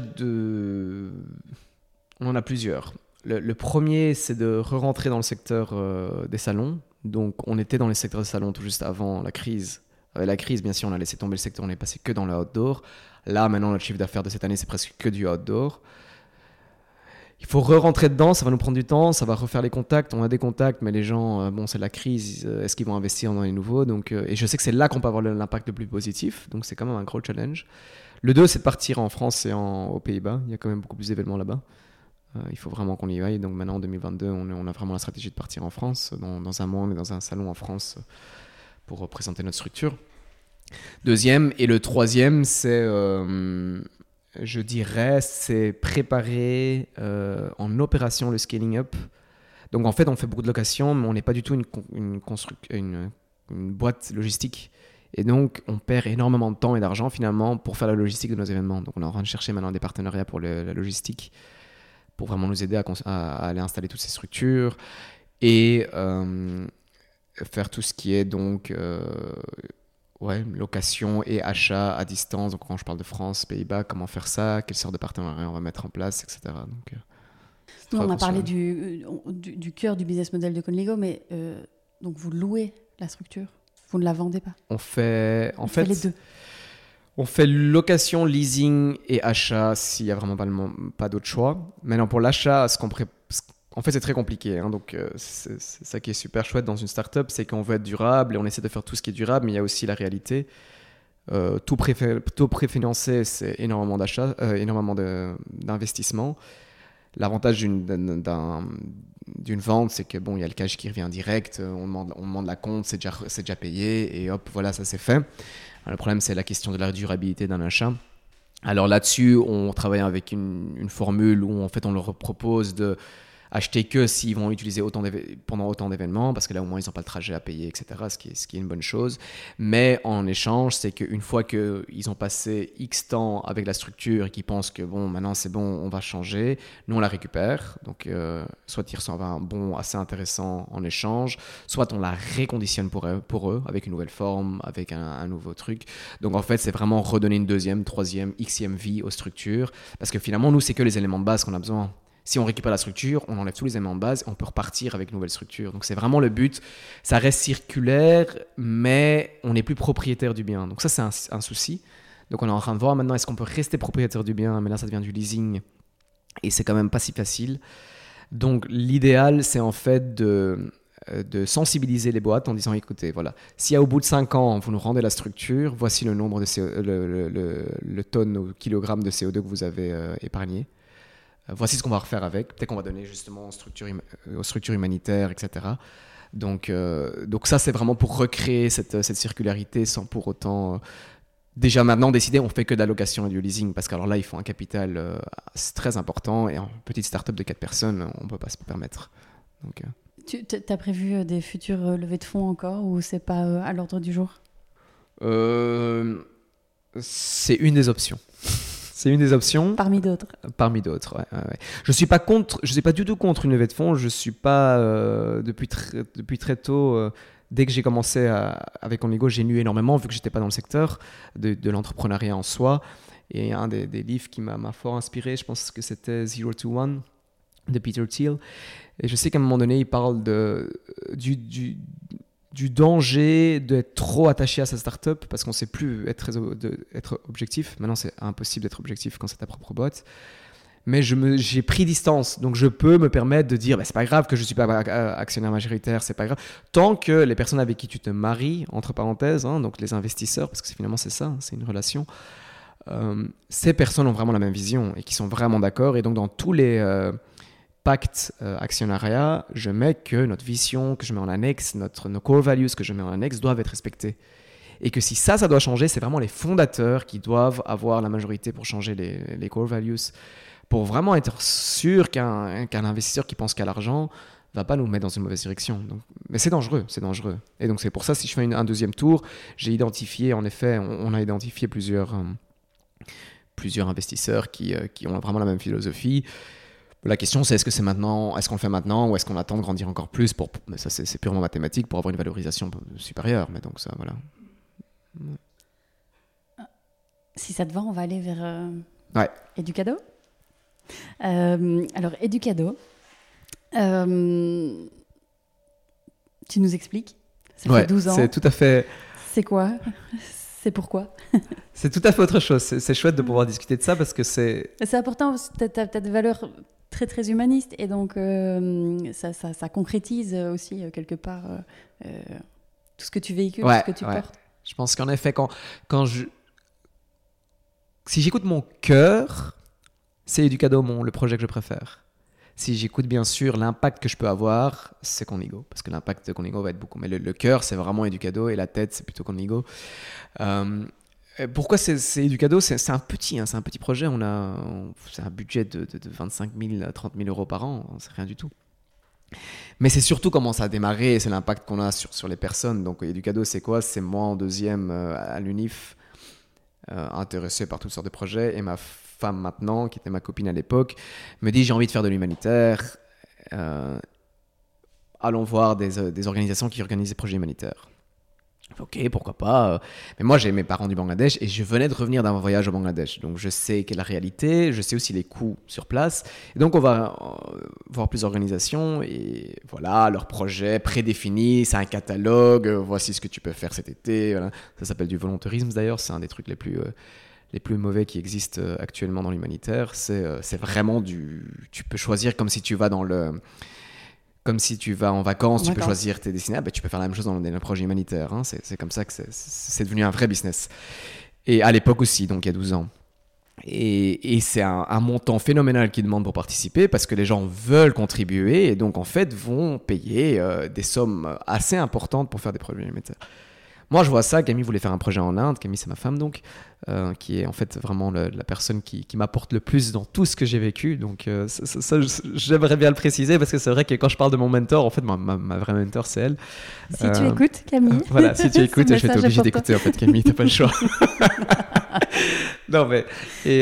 on en a plusieurs. Le premier, c'est de re-rentrer dans le secteur des salons. Donc, on était dans les secteurs de salons tout juste avant la crise. Avec la crise, bien sûr, on a laissé tomber le secteur, on est passé que dans le outdoor. Là, maintenant, notre chiffre d'affaires de cette année, c'est presque que du outdoor. Il faut re-rentrer dedans, ça va nous prendre du temps, ça va refaire les contacts. On a des contacts, mais les gens, c'est la crise, est-ce qu'ils vont investir dans les nouveaux? Donc, et je sais que c'est là qu'on peut avoir l'impact le plus positif, donc c'est quand même un gros challenge. Le 2, c'est de partir en France et aux Pays-Bas. Il y a quand même beaucoup plus d'événements là-bas. Il faut vraiment qu'on y aille. Donc maintenant, en 2022, on a vraiment la stratégie de partir en France. Dans un mois, on est dans un salon en France pour présenter notre structure. Deuxième. Et le troisième, c'est, je dirais, c'est préparer en opération le scaling up. Donc en fait, on fait beaucoup de locations, mais on n'est pas du tout une boîte logistique. Et donc, on perd énormément de temps et d'argent finalement pour faire la logistique de nos événements. Donc, on est en train de chercher maintenant des partenariats pour la logistique, pour vraiment nous aider à aller installer toutes ces structures et faire tout ce qui est donc location et achat à distance. Donc, quand je parle de France, Pays-Bas, comment faire ça, quelle sorte de partenariat on va mettre en place, etc. Donc, on a parlé du cœur du business model de Conligo, mais donc vous louez la structure ? Vous ne la vendez pas ? On fait les deux. On fait location, leasing et achat s'il n'y a vraiment pas d'autre choix. Maintenant, pour l'achat, en fait, c'est très compliqué. Donc, c'est ça qui est super chouette dans une startup, c'est qu'on veut être durable et on essaie de faire tout ce qui est durable, mais il y a aussi la réalité. Tout préfinancé, c'est énormément d'achats, énormément d'investissements. L'avantage d'une vente, c'est que bon, il y a le cash qui revient direct, on demande la compte, c'est déjà payé et hop, voilà, ça c'est fait. Le problème, c'est la question de la durabilité d'un achat. Alors là-dessus, on travaille avec une formule où en fait on leur propose de acheter que s'ils vont utiliser pendant autant d'événements, parce que là au moins ils n'ont pas le trajet à payer, etc., ce qui est une bonne chose. Mais en échange, c'est qu'une fois qu'ils ont passé X temps avec la structure et qu'ils pensent que bon, maintenant c'est bon, on va changer, nous on la récupère. Donc soit ils reçoivent un bon assez intéressant en échange, soit on la réconditionne pour eux avec une nouvelle forme, avec un nouveau truc. Donc en fait, c'est vraiment redonner une deuxième, troisième, xème vie aux structures, parce que finalement, nous, c'est que les éléments de base qu'on a besoin. Si on récupère la structure, on enlève tous les éléments de base et on peut repartir avec une nouvelle structure. Donc c'est vraiment le but. Ça reste circulaire, mais on n'est plus propriétaire du bien. Donc ça, c'est un souci. Donc on est en train de voir maintenant, est-ce qu'on peut rester propriétaire du bien? Mais là, ça devient du leasing et c'est quand même pas si facile. Donc l'idéal, c'est en fait de sensibiliser les boîtes en disant, écoutez, voilà, si au bout de 5 ans, vous nous rendez la structure, voici le nombre de le tonne ou kilogramme de CO2 que vous avez épargné. Voici ce qu'on va refaire avec. Peut-être qu'on va donner justement aux structures humanitaires, etc. Donc ça, c'est vraiment pour recréer cette circularité sans pour autant... déjà maintenant décider, on fait que de la location et du leasing, parce qu'alors là, il faut un capital très important, et en petite start-up de 4 personnes, on ne peut pas se permettre. Donc, Tu as prévu des futures levées de fonds encore, ou c'est pas à l'ordre du jour? C'est une des options. C'est une des options. Parmi d'autres. Parmi d'autres, ouais. Je suis pas du tout contre une levée de fonds. Je suis pas depuis très tôt. Dès que j'ai commencé avec Onigo, j'ai lu énormément vu que j'étais pas dans le secteur de l'entrepreneuriat en soi. Et un des livres qui m'a fort inspiré, je pense que c'était Zero to One de Peter Thiel. Et je sais qu'à un moment donné, il parle du danger d'être trop attaché à sa startup parce qu'on ne sait plus être objectif. Maintenant, c'est impossible d'être objectif quand c'est ta propre boîte. Mais j'ai pris distance, donc je peux me permettre de dire c'est pas grave que je ne suis pas actionnaire majoritaire, c'est pas grave. Tant que les personnes avec qui tu te maries, entre parenthèses, donc les investisseurs, parce que finalement c'est ça, c'est une relation, ces personnes ont vraiment la même vision et qui sont vraiment d'accord. Et donc dans tous les pacte actionnariat, je mets que notre vision que je mets en annexe, nos core values que je mets en annexe doivent être respectées. Et que si ça doit changer, c'est vraiment les fondateurs qui doivent avoir la majorité pour changer les core values, pour vraiment être sûr qu'un investisseur qui pense qu'à l'argent va pas nous mettre dans une mauvaise direction. Donc, mais c'est dangereux. Et donc c'est pour ça, si je fais un deuxième tour, j'ai identifié, en effet, on a identifié plusieurs investisseurs qui ont vraiment la même philosophie. La question, c'est est-ce qu'on le fait maintenant ou est-ce qu'on attend de grandir encore plus mais ça, c'est purement mathématique pour avoir une valorisation supérieure. Mais donc ça, voilà. Si ça te va, on va aller vers ouais. Educado. Alors, Educado, tu nous expliques? Ça fait 12 ans. C'est tout à fait... C'est quoi? C'est pourquoi? C'est tout à fait autre chose. C'est chouette de pouvoir discuter de ça parce que c'est... C'est important, tu as des valeurs très très humanistes et donc ça concrétise aussi quelque part tout ce que tu véhicules, tout ce que tu portes. Je pense qu'en effet, si j'écoute mon cœur, c'est Educado le projet que je préfère. Si j'écoute bien sûr l'impact que je peux avoir, c'est Conigo, parce que l'impact de Conigo va être beaucoup. Mais le cœur, c'est vraiment Educado et la tête, c'est plutôt Conigo. Pourquoi c'est Educado? C'est un petit projet. C'est un budget de 25 000, 30 000 euros par an. C'est rien du tout. Mais c'est surtout comment ça a démarré et c'est l'impact qu'on a sur les personnes. Donc Educado, c'est quoi? C'est moi en deuxième à l'UNIF, intéressé par toutes sortes de projets. Et ma femme maintenant, qui était ma copine à l'époque, me dit j'ai envie de faire de l'humanitaire. Allons voir des organisations qui organisent des projets humanitaires. Ok, pourquoi pas. Mais moi, j'ai mes parents du Bangladesh et je venais de revenir d'un voyage au Bangladesh. Donc, je sais quelle est la réalité, je sais aussi les coûts sur place. Et donc, on va voir plusieurs organisations et voilà, leurs projets prédéfinis. C'est un catalogue. Voici ce que tu peux faire cet été. Voilà. Ça s'appelle du volontarisme d'ailleurs. C'est un des trucs les plus mauvais qui existent actuellement dans l'humanitaire. C'est vraiment tu peux choisir comme si tu vas Comme si tu vas en vacances, tu peux Vacances. choisir tes destinations, tu peux faire la même chose dans les projets humanitaires. Hein. C'est comme ça que c'est devenu un vrai business. Et à l'époque aussi, donc il y a 12 ans. Et c'est un montant phénoménal qu'ils demandent pour participer parce que les gens veulent contribuer et donc en fait vont payer des sommes assez importantes pour faire des projets humanitaires. Moi je vois ça, Camille voulait faire un projet en Inde, Camille c'est ma femme donc, qui est en fait vraiment la personne qui m'apporte le plus dans tout ce que j'ai vécu. Donc ça, j'aimerais bien le préciser parce que c'est vrai que quand je parle de mon mentor, en fait ma vraie mentor c'est elle. Si tu écoutes, Camille. Voilà, si tu écoutes, je vais message est t'obliger pour d'écouter en fait Camille, t'as pas le choix. Non mais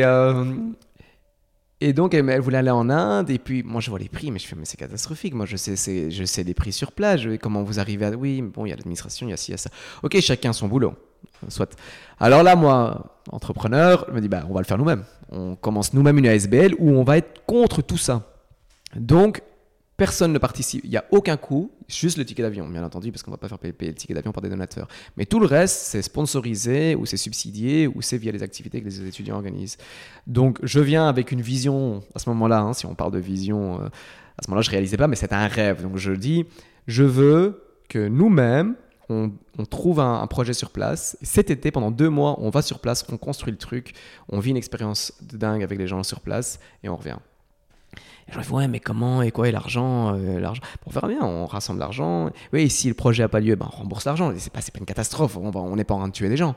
et donc elle voulait aller en Inde et puis moi je vois les prix mais je fais mais c'est catastrophique, moi je sais les prix sur place, comment vous arrivez à oui bon il y a l'administration, il y a ci, il y a ça. Ok, chacun son boulot, soit. Alors là moi entrepreneur je me dis bah on va le faire nous-mêmes, on commence nous-mêmes une ASBL où on va être contre tout ça. Donc personne ne participe, il n'y a aucun coût, juste le ticket d'avion, bien entendu, parce qu'on ne va pas faire payer le ticket d'avion par des donateurs. Mais tout le reste, c'est sponsorisé, ou c'est subsidié, ou c'est via les activités que les étudiants organisent. Donc, je viens avec une vision, à ce moment-là, hein, si on parle de vision, à ce moment-là, je ne réalisais pas, mais c'était un rêve. Donc, je dis, je veux que nous-mêmes, on trouve un projet sur place. Et cet été, pendant 2 mois, on va sur place, on construit le truc, on vit une expérience de dingue avec les gens sur place, et on revient. Et je me dis, ouais, mais comment et quoi, et l'argent, on verra bien, on rassemble l'argent. Oui, et si le projet n'a pas lieu, ben, on rembourse l'argent. C'est pas une catastrophe, on n'est pas en train de tuer des gens.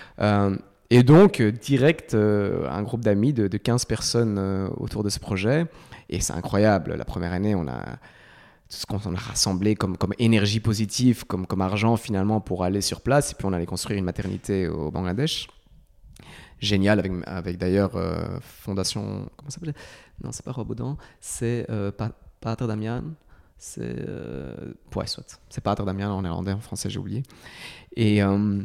Et donc, direct, un groupe d'amis de 15 personnes autour de ce projet. Et c'est incroyable. La première année, on a tout ce qu'on a rassemblé comme énergie positive, comme argent finalement pour aller sur place. Et puis, on allait construire une maternité au Bangladesh. Génial, avec d'ailleurs Fondation. Comment ça s'appelle ? Non, c'est pas Robaudan, c'est Pater Damian. C'est. Ouais, soit. C'est Pater Damian en néerlandais, en français, j'ai oublié. Et.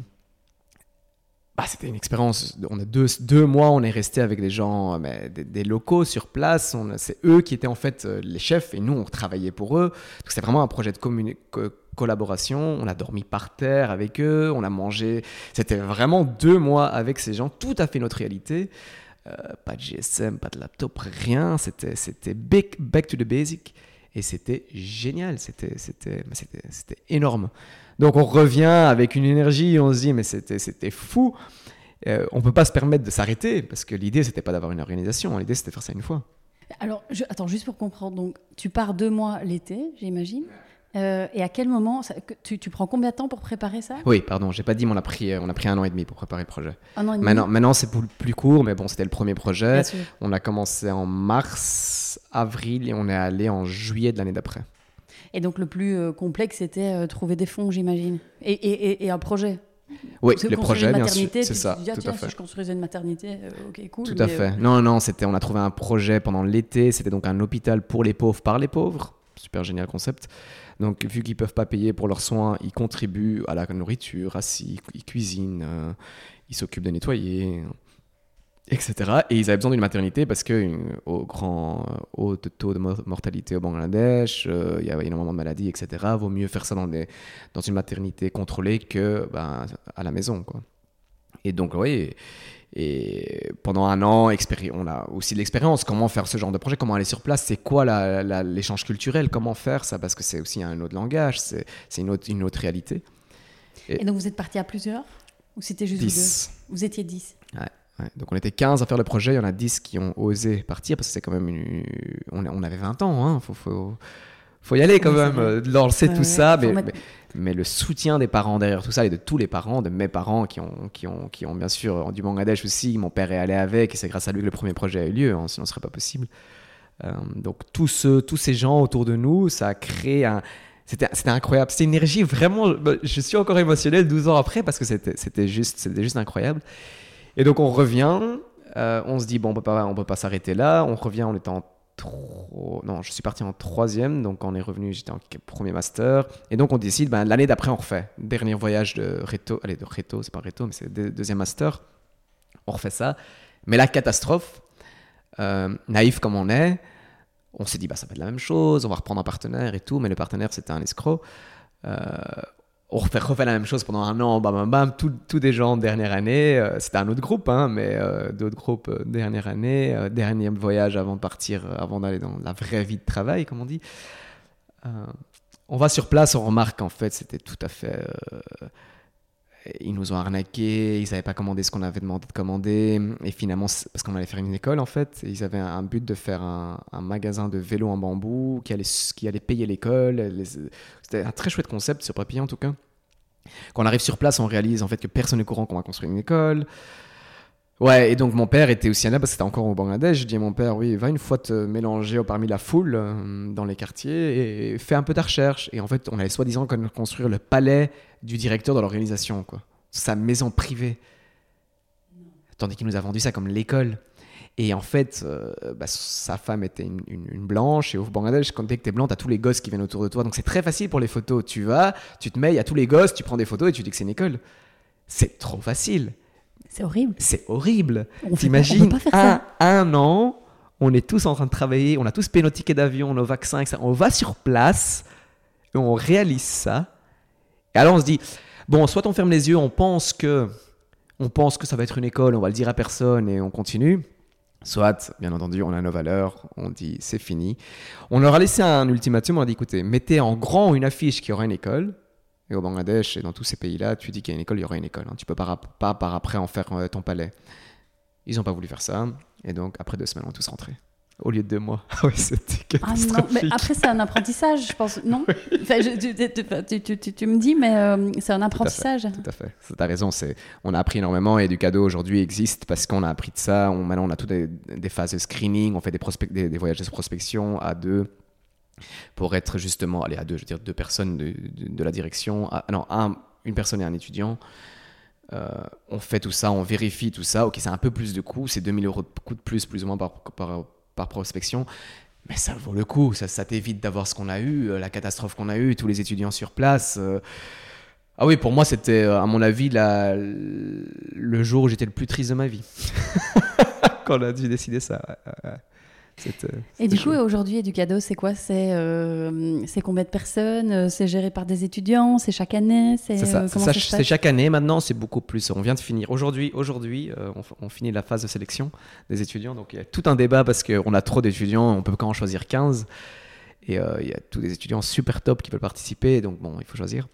C'était une expérience. On a 2 mois, on est resté avec des gens, des locaux sur place. C'est eux qui étaient en fait les chefs et nous, on travaillait pour eux. Donc, c'était vraiment un projet de collaboration. On a dormi par terre avec eux, on a mangé. C'était vraiment 2 mois avec ces gens, tout à fait notre réalité. Pas de GSM, pas de laptop, rien. C'était back to the basic. Et c'était génial, c'était énorme. Donc on revient avec une énergie, on se dit mais c'était fou. On ne peut pas se permettre de s'arrêter parce que l'idée c'était pas d'avoir une organisation, l'idée c'était de faire ça une fois. Alors attends, juste pour comprendre, donc tu pars 2 mois l'été, j'imagine. Et à quel moment tu prends combien de temps pour préparer ça ? Oui, pardon, j'ai pas dit, mais on a pris 1 an et demi pour préparer le projet. 1 an et demi. Maintenant c'est plus court, mais bon, c'était le premier projet. Bien sûr. On a commencé en mars, avril et on est allé en juillet de l'année d'après. Et donc le plus complexe c'était trouver des fonds, j'imagine, et un projet. Oui, les projets, bien sûr, c'est tu ça, te dis, tout à fait. Si je construisais une maternité, ok, cool. Tout à fait. Non, on a trouvé un projet pendant l'été, c'était donc un hôpital pour les pauvres par les pauvres. Super génial concept. Donc, vu qu'ils ne peuvent pas payer pour leurs soins, ils contribuent à la nourriture, ils cuisinent, ils s'occupent de nettoyer, etc. Et ils avaient besoin d'une maternité parce qu'au grand haut taux de mortalité au Bangladesh, il y a énormément de maladies, etc. Vaut mieux faire ça dans une maternité contrôlée que à la maison, quoi. Et donc, oui, et pendant 1 an, on a aussi de l'expérience. Comment faire ce genre de projet ? Comment aller sur place ? C'est quoi l'échange culturel ? Comment faire ça ? Parce que c'est aussi un autre langage, c'est une autre réalité. Et donc, vous êtes partis à plusieurs ? Ou c'était juste 10. Vous deux ? Vous étiez 10 ? Ouais. Donc, on était 15 à faire le projet. Il y en a 10 qui ont osé partir parce que c'est quand même on avait 20 ans. Hein. Faut y aller quand même, lancer tout ça. Mais le soutien des parents derrière tout ça et de tous les parents, de mes parents qui ont bien sûr du Bangladesh aussi, mon père est allé avec et c'est grâce à lui que le premier projet a eu lieu, hein, sinon ce serait pas possible. Donc tous ces gens autour de nous, ça a créé c'était incroyable, c'était une énergie vraiment, je suis encore émotionnel 12 ans après parce que c'était juste incroyable. Et donc on revient, on se dit bon on peut pas s'arrêter là, on revient en étant je suis parti en 3e, donc on est revenu, j'étais en premier master, et donc on décide, l'année d'après on refait, dernier voyage de Reto, c'est pas Reto, mais c'est le 2e master, on refait ça, mais la catastrophe, naïf comme on est, on s'est dit ça va être la même chose, on va reprendre un partenaire et tout, mais le partenaire c'était un escroc, on refait la même chose pendant 1 an, bam, tous des gens dernière année, c'était un autre groupe, hein, mais d'autres groupes dernière année, dernier voyage avant de partir, avant d'aller dans la vraie vie de travail, comme on dit. On va sur place, on remarque qu'en fait, c'était tout à fait... ils nous ont arnaqués, ils n'avaient pas commandé ce qu'on avait demandé de commander. Et finalement, parce qu'on allait faire une école, en fait, ils avaient un but de faire un magasin de vélos en bambou qui allait payer l'école. C'était un très chouette concept, sur papier en tout cas. Quand on arrive sur place, on réalise en fait que personne n'est au courant qu'on va construire une école. Ouais, et donc mon père était aussi là parce que c'était encore au Bangladesh. Je dis à mon père, oui, va une fois te mélanger parmi la foule dans les quartiers et fais un peu ta recherche. Et en fait, on allait soi-disant construire le palais du directeur de l'organisation, quoi. Sa maison privée. Tandis qu'il nous a vendu ça comme l'école. Et en fait, sa femme était une blanche. Et au Bangladesh, quand dès que t'es blanc, t'as tous les gosses qui viennent autour de toi. Donc c'est très facile pour les photos. Tu vas, tu te mets, il y a tous les gosses, tu prends des photos et tu dis que c'est une école. C'est trop facile. C'est horrible. C'est horrible. T'imagines, un an, on est tous en train de travailler, on a tous payé nos tickets d'avion, nos vaccins, etc. On va sur place et on réalise ça. Et alors on se dit, bon, soit on ferme les yeux, on pense que ça va être une école, on va le dire à personne et on continue. Soit, bien entendu, on a nos valeurs, on dit c'est fini. On leur a laissé un ultimatum, on a dit, écoutez, mettez en grand une affiche qu'il y aura une école. Et au Bangladesh et dans tous ces pays-là, tu dis qu'il y a une école, il y aura une école. Hein. Tu ne peux pas par après en faire ton palais. Ils n'ont pas voulu faire ça. Et donc, après 2 semaines, on est tous rentrés. Au lieu de 2 mois. Oui, c'était catastrophique. Non, mais après, c'est un apprentissage, je pense. Non enfin, tu me dis, mais c'est un apprentissage. Tout à fait. Tu as raison. On a appris énormément et Educado aujourd'hui existe parce qu'on a appris de ça. Maintenant, on a toutes des phases de screening. On fait des voyages de prospection à 2. Pour être justement, à 2, je veux dire 2 personnes de la direction, une personne et un étudiant. On fait tout ça, on vérifie tout ça. Ok, c'est un peu plus de coût, c'est 2 000 € de coût de plus ou moins par prospection. Mais ça vaut le coup, ça t'évite d'avoir ce qu'on a eu, la catastrophe qu'on a eue, tous les étudiants sur place. Ah oui, pour moi, c'était, à mon avis, le jour où j'étais le plus triste de ma vie. Quand on a dû décider ça. Et du coup, aujourd'hui, Educado, c'est quoi ? C'est combien de personnes ? C'est géré par des étudiants ? C'est chaque année ? C'est ça, c'est chaque année. Maintenant, c'est beaucoup plus. On vient de finir. Aujourd'hui, on finit la phase de sélection des étudiants. Donc, il y a tout un débat parce qu'on a trop d'étudiants. On peut quand en choisir 15. Et il y a tous des étudiants super top qui veulent participer. Donc, bon, il faut choisir.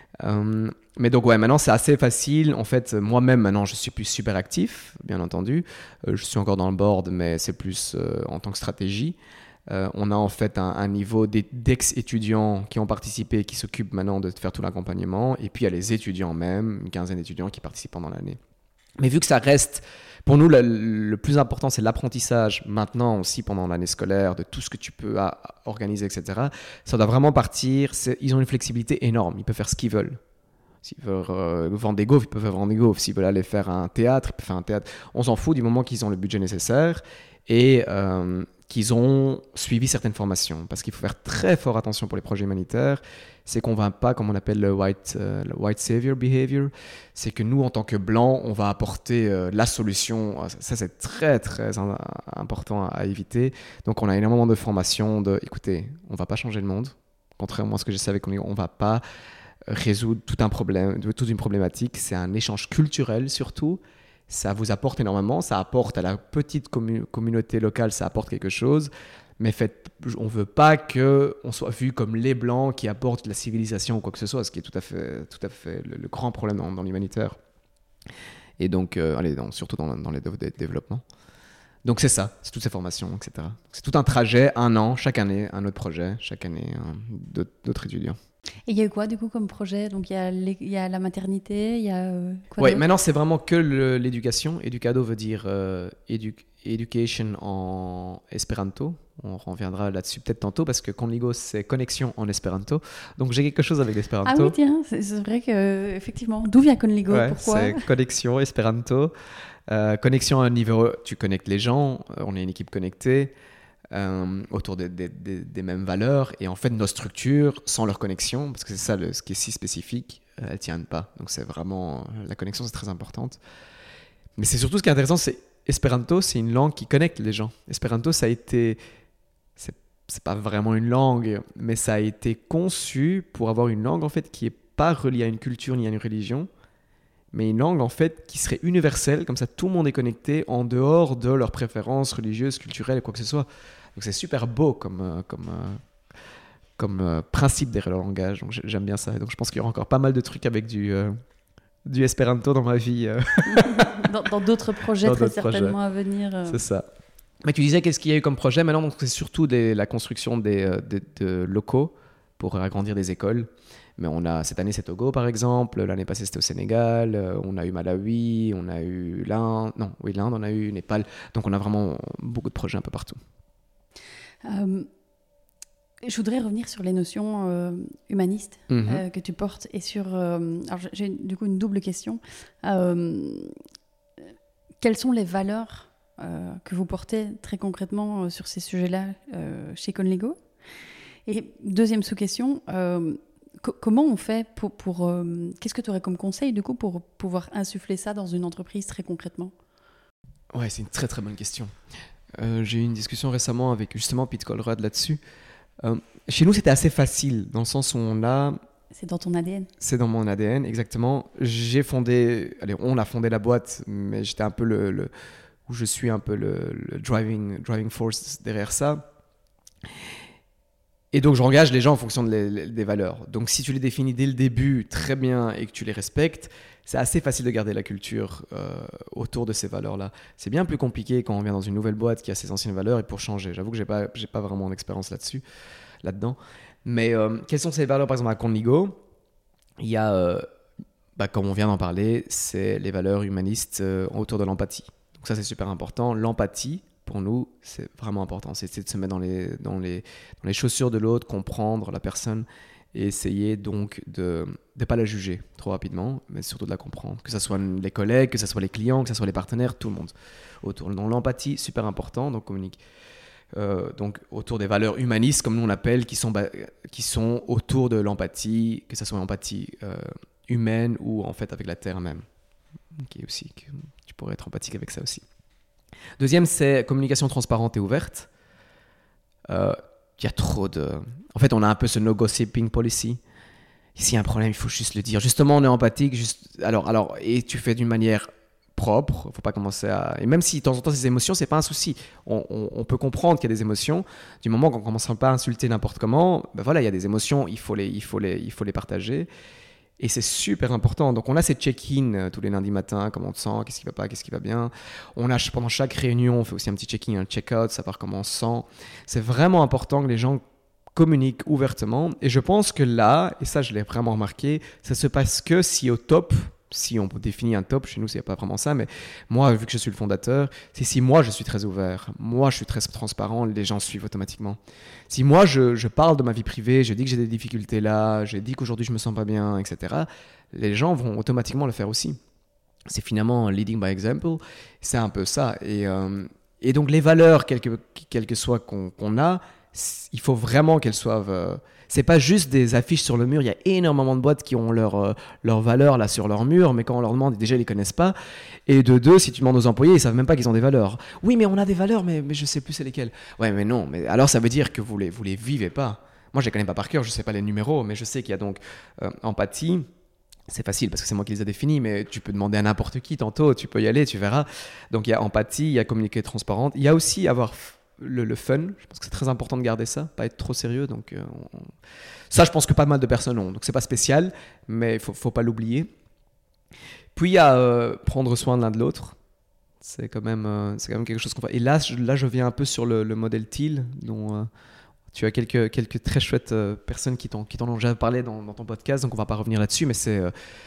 Mais donc ouais, maintenant c'est assez facile. En fait, moi-même maintenant je suis plus super actif, bien entendu. Je suis encore dans le board, mais c'est plus en tant que stratégie. On a en fait un niveau d'ex-étudiants qui ont participé, qui s'occupent maintenant de faire tout l'accompagnement. Et puis il y a les étudiants même, une quinzaine d'étudiants qui participent pendant l'année. Mais vu que ça reste, pour nous, le plus important, c'est l'apprentissage maintenant aussi pendant l'année scolaire, de tout ce que tu peux organiser, etc. Ça doit vraiment partir. Ils ont une flexibilité énorme. Ils peuvent faire ce qu'ils veulent. S'ils veulent vendre des gaufres, ils peuvent vendre des gaufres. S'ils veulent aller faire un théâtre, ils peuvent faire un théâtre. On s'en fout du moment qu'ils ont le budget nécessaire et qu'ils ont suivi certaines formations. Parce qu'il faut faire très fort attention pour les projets humanitaires. C'est qu'on ne va pas, comme on appelle le white savior behavior. C'est que nous, en tant que blancs, on va apporter la solution. Ça, c'est très, très important à éviter. Donc, on a énormément de formations écoutez, on ne va pas changer le monde. Contrairement à ce que je savais, on ne va pas résoudre tout un problème, toute une problématique. C'est un échange culturel surtout. Ça vous apporte énormément. Ça apporte à la petite communauté locale, ça apporte quelque chose. Mais on ne veut pas qu'on soit vu comme les Blancs qui apportent la civilisation ou quoi que ce soit, ce qui est tout à fait le grand problème dans l'humanitaire. Et donc, surtout dans les développements. Donc c'est ça, c'est toutes ces formations, etc. Donc, c'est tout un trajet, 1 an, chaque année, un autre projet, chaque année, d'autres étudiants. Et il y a eu quoi du coup comme projet ? Donc il y a la maternité, il y a quoi Oui, d'autre ? maintenant c'est vraiment que l'éducation. Educado veut dire education en espéranto. On reviendra là-dessus peut-être tantôt parce que Conligo c'est connexion en espéranto. Donc j'ai quelque chose avec l'espéranto. Ah oui, tiens, c'est vrai que effectivement. D'où vient Conligo ? Ouais, pourquoi ? C'est connexion espéranto. Connexion à un niveau, tu connectes les gens, on est une équipe connectée. Autour des mêmes valeurs et en fait nos structures sans leur connexion, parce que c'est ça ce qui est si spécifique, elles tiennent pas. Donc c'est vraiment la connexion, c'est très importante. Mais c'est surtout ce qui est intéressant, c'est Espéranto, c'est une langue qui connecte les gens. Espéranto, ça a été, c'est pas vraiment une langue, mais ça a été conçu pour avoir une langue en fait qui est pas reliée à une culture ni à une religion, mais une langue en fait qui serait universelle, comme ça tout le monde est connecté en dehors de leurs préférences religieuses, culturelles, quoi que ce soit. Donc c'est super beau principe derrière le langage. Donc j'aime bien ça. Et donc je pense qu'il y aura encore pas mal de trucs avec du espéranto dans ma vie. Dans d'autres projets très certainement à venir. C'est ça. Mais tu disais qu'est-ce qu'il y a eu comme projet maintenant, donc c'est surtout la construction de locaux pour agrandir des écoles. Mais cette année c'est Togo par exemple, l'année passée c'était au Sénégal, on a eu Malawi, on a eu l'Inde, on a eu Népal. Donc on a vraiment beaucoup de projets un peu partout. Je voudrais revenir sur les notions humanistes que tu portes et sur... alors j'ai du coup une double question. Quelles sont les valeurs que vous portez très concrètement sur ces sujets-là chez Conlego? Et deuxième sous-question, comment on fait pour qu'est-ce que tu aurais comme conseil du coup pour pouvoir insuffler ça dans une entreprise très concrètement? Ouais, c'est une très très bonne question. J'ai eu une discussion récemment avec justement Pete Colrad là-dessus. Chez nous, c'était assez facile dans le sens où C'est dans ton ADN. C'est dans mon ADN, exactement. On a fondé la boîte, mais j'étais un peu où je suis un peu le driving force derrière ça. Et donc, j'engage les gens en fonction des valeurs. Donc, si tu les définis dès le début très bien et que tu les respectes, c'est assez facile de garder la culture autour de ces valeurs-là. C'est bien plus compliqué quand on vient dans une nouvelle boîte qui a ses anciennes valeurs et pour changer. J'avoue que j'ai pas vraiment d'expérience là-dedans. Mais quelles sont ces valeurs, par exemple, à Conligo? Il y a, comme on vient d'en parler, c'est les valeurs humanistes autour de l'empathie. Donc ça, c'est super important. L'empathie, pour nous, c'est vraiment important. C'est de se mettre dans les chaussures de l'autre, comprendre la personne et essayer donc de ne pas la juger trop rapidement, mais surtout de la comprendre. Que ce soit les collègues, que ce soit les clients, que ce soit les partenaires, tout le monde autour. Donc l'empathie, super important. Donc communique. Donc autour des valeurs humanistes, comme nous on l'appelle, qui sont autour de l'empathie, que ce soit l'empathie humaine ou en fait avec la terre même. Qui est aussi, tu pourrais être empathique avec ça aussi. Deuxième, c'est communication transparente et ouverte. Il y a trop de... En fait, on a un peu ce no-gossiping policy. S'il y a un problème, il faut juste le dire. Justement, on est empathique. Et tu fais d'une manière propre. Il ne faut pas commencer à... Et même si de temps en temps, ces émotions, ce n'est pas un souci. On peut comprendre qu'il y a des émotions. Du moment qu'on ne commence pas à insulter n'importe comment, il y a des émotions, il faut les partager. Et c'est super important. Donc, on a ces check-in tous les lundis matins, comment on te sent, qu'est-ce qui va pas, qu'est-ce qui va bien. Pendant chaque réunion, on fait aussi un petit check-in, un check-out, savoir comment on se sent. C'est vraiment important que les gens communiquent ouvertement. Et je pense que là, et ça, je l'ai vraiment remarqué, ça se passe que si au top, si on définit un top, chez nous, c'est pas vraiment ça, mais moi, vu que je suis le fondateur, c'est si moi, je suis très ouvert, moi, je suis très transparent, les gens suivent automatiquement. Si moi, je parle de ma vie privée, je dis que j'ai des difficultés là, j'ai dit qu'aujourd'hui, je me sens pas bien, etc., les gens vont automatiquement le faire aussi. C'est finalement leading by example, c'est un peu ça. Et donc, les valeurs, quelles que soient qu'on a, il faut vraiment qu'elles soient... c'est pas juste des affiches sur le mur. Il y a énormément de boîtes qui ont leurs valeurs là sur leur mur, mais quand on leur demande, déjà ils les connaissent pas. Et de deux, si tu demandes aux employés, ils savent même pas qu'ils ont des valeurs. Oui, mais on a des valeurs, mais je sais plus c'est lesquelles. Ouais, mais non. Mais alors ça veut dire que vous les vivez pas. Moi, je les connais pas par cœur, je sais pas les numéros, mais je sais qu'il y a donc empathie. C'est facile parce que c'est moi qui les ai définis, mais tu peux demander à n'importe qui tantôt, tu peux y aller, tu verras. Donc il y a empathie, il y a communiquer transparente, il y a aussi avoir le fun. Je pense que c'est très important de garder ça, pas être trop sérieux. Donc ça, je pense que pas mal de personnes ont. Donc c'est pas spécial, mais il faut pas l'oublier. Puis il y a prendre soin de l'un de l'autre. C'est quand même quelque chose qu'on fait. Et là, je viens un peu sur le modèle Thiel, dont tu as quelques très chouettes personnes qui t'en ont déjà parlé dans ton podcast, donc on va pas revenir là-dessus, mais c'est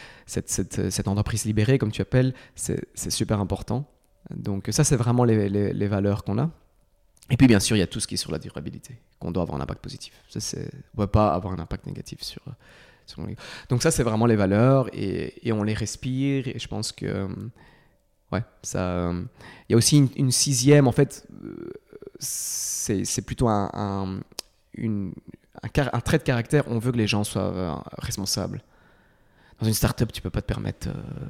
cette entreprise libérée, comme tu appelles, c'est super important. Donc ça, c'est vraiment les valeurs qu'on a. Et puis bien sûr, il y a tout ce qui est sur la durabilité, qu'on doit avoir un impact positif. Ça, on ne doit pas avoir un impact négatif sur Donc ça, c'est vraiment les valeurs et on les respire. Et je pense que ça. Il y a aussi une sixième, en fait, c'est plutôt un trait de caractère. On veut que les gens soient responsables. Dans une start-up, tu peux pas te permettre.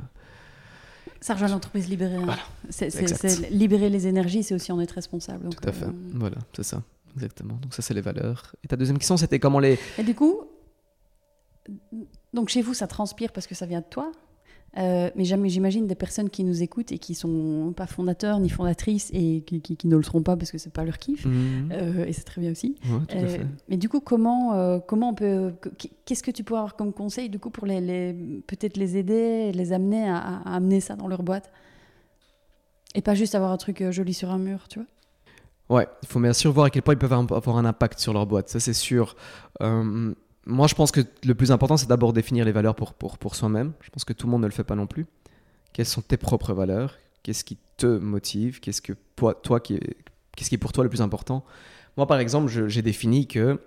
Ça rejoint l'entreprise libérée. Hein. Voilà, c'est libérer les énergies, c'est aussi en être responsable. Donc, tout à fait. Voilà, c'est ça, exactement. Donc ça, c'est les valeurs. Et ta deuxième question, c'était comment les... Et du coup, donc chez vous, ça transpire parce que ça vient de toi. Mais j'imagine des personnes qui nous écoutent et qui sont pas fondateurs ni fondatrices et qui ne le seront pas parce que c'est pas leur kiff. Et c'est très bien aussi. Ouais, tout à fait. Mais du coup, comment on peut... Qu'est-ce que tu pourrais avoir comme conseil du coup pour peut-être les aider, les amener à amener ça dans leur boîte et pas juste avoir un truc joli sur un mur, tu vois? Ouais, il faut bien sûr voir à quel point ils peuvent avoir un impact sur leur boîte, ça c'est sûr. Moi, je pense que le plus important, c'est d'abord définir les valeurs pour soi-même. Je pense que tout le monde ne le fait pas non plus. Quelles sont tes propres valeurs? Qu'est-ce qui te motive? Qu'est-ce qui est pour toi le plus important? Moi, par exemple, j'ai défini que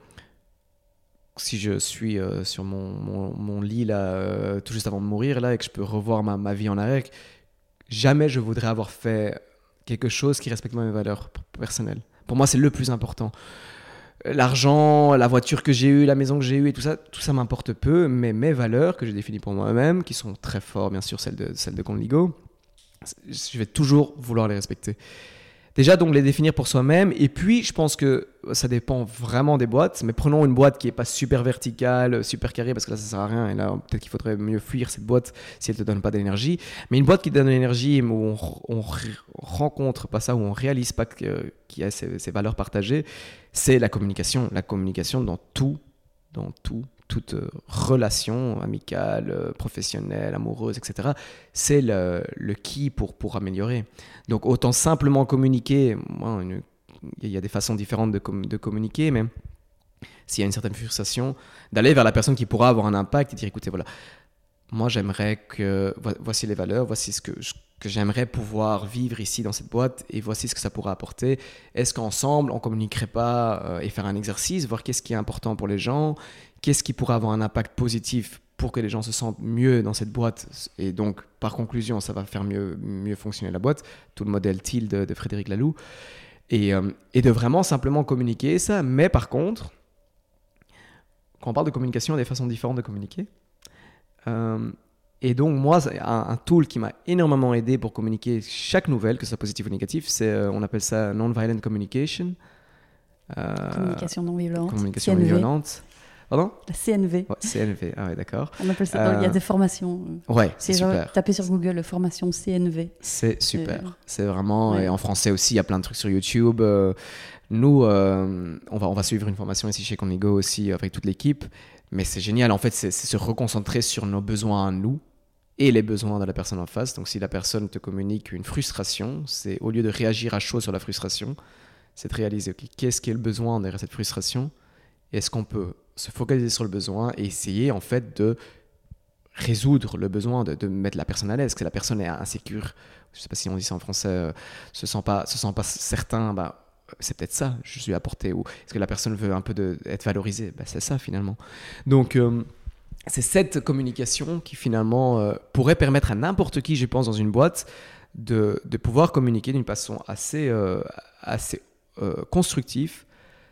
si je suis sur mon lit là, tout juste avant de mourir là, et que je peux revoir ma vie en arrière, jamais je voudrais avoir fait quelque chose qui respecte mes valeurs personnelles. Pour moi, c'est le plus important. L'argent, la voiture que j'ai eue, la maison que j'ai eue et tout ça m'importe peu, mais mes valeurs que j'ai définies pour moi-même, qui sont très fortes, bien sûr, celles de Conligo, je vais toujours vouloir les respecter. Déjà, donc, les définir pour soi-même. Et puis, je pense que ça dépend vraiment des boîtes. Mais prenons une boîte qui n'est pas super verticale, super carrée, parce que là, ça ne sert à rien. Et là, peut-être qu'il faudrait mieux fuir cette boîte si elle ne te donne pas d'énergie. Mais une boîte qui te donne de l'énergie, où on rencontre pas ça, où on ne réalise pas qu'il y a ces valeurs partagées, c'est la communication. La communication dans toute relation amicale, professionnelle, amoureuse, etc. C'est le key pour améliorer. Donc autant simplement communiquer, il y a des façons différentes de communiquer, mais s'il y a une certaine frustration, d'aller vers la personne qui pourra avoir un impact et dire écoutez, voilà, moi j'aimerais que, voici les valeurs, voici ce que j'aimerais pouvoir vivre ici dans cette boîte et voici ce que ça pourrait apporter. Est-ce qu'ensemble on communiquerait pas et faire un exercice, voir qu'est-ce qui est important pour les gens, qu'est-ce qui pourrait avoir un impact positif pour que les gens se sentent mieux dans cette boîte et donc par conclusion ça va faire mieux fonctionner la boîte, tout le modèle TEAL de Frédéric Laloux et de vraiment simplement communiquer ça. Mais par contre, quand on parle de communication, il y a des façons différentes de communiquer. Et donc moi, un tool qui m'a énormément aidé pour communiquer chaque nouvelle, que ce soit positif ou négatif, on appelle ça non-violent communication. Communication non violente. Communication non violente. Pardon ? La CNV. Ouais, CNV, ah ouais, d'accord. On appelle ça, il y a des formations. Ouais, c'est super. Tapez sur Google, formation CNV. C'est super. C'est vraiment, ouais. Et en français aussi, il y a plein de trucs sur YouTube. Nous, on va suivre une formation ici chez Conligo aussi avec toute l'équipe. Mais c'est génial, en fait, c'est se reconcentrer sur nos besoins à nous et les besoins de la personne en face. Donc si la personne te communique une frustration, c'est au lieu de réagir à chaud sur la frustration, c'est de réaliser okay, qu'est-ce qui est le besoin derrière cette frustration. Est-ce qu'on peut se focaliser sur le besoin et essayer en fait de résoudre le besoin, de mettre la personne à l'aise, que la personne est insécure, je ne sais pas si on dit ça en français, se sent pas certain, c'est peut-être ça, je suis apporté, ou est-ce que la personne veut un peu être valorisée, c'est ça finalement. Donc c'est cette communication qui finalement pourrait permettre à n'importe qui, je pense, dans une boîte, de pouvoir communiquer d'une façon assez constructive.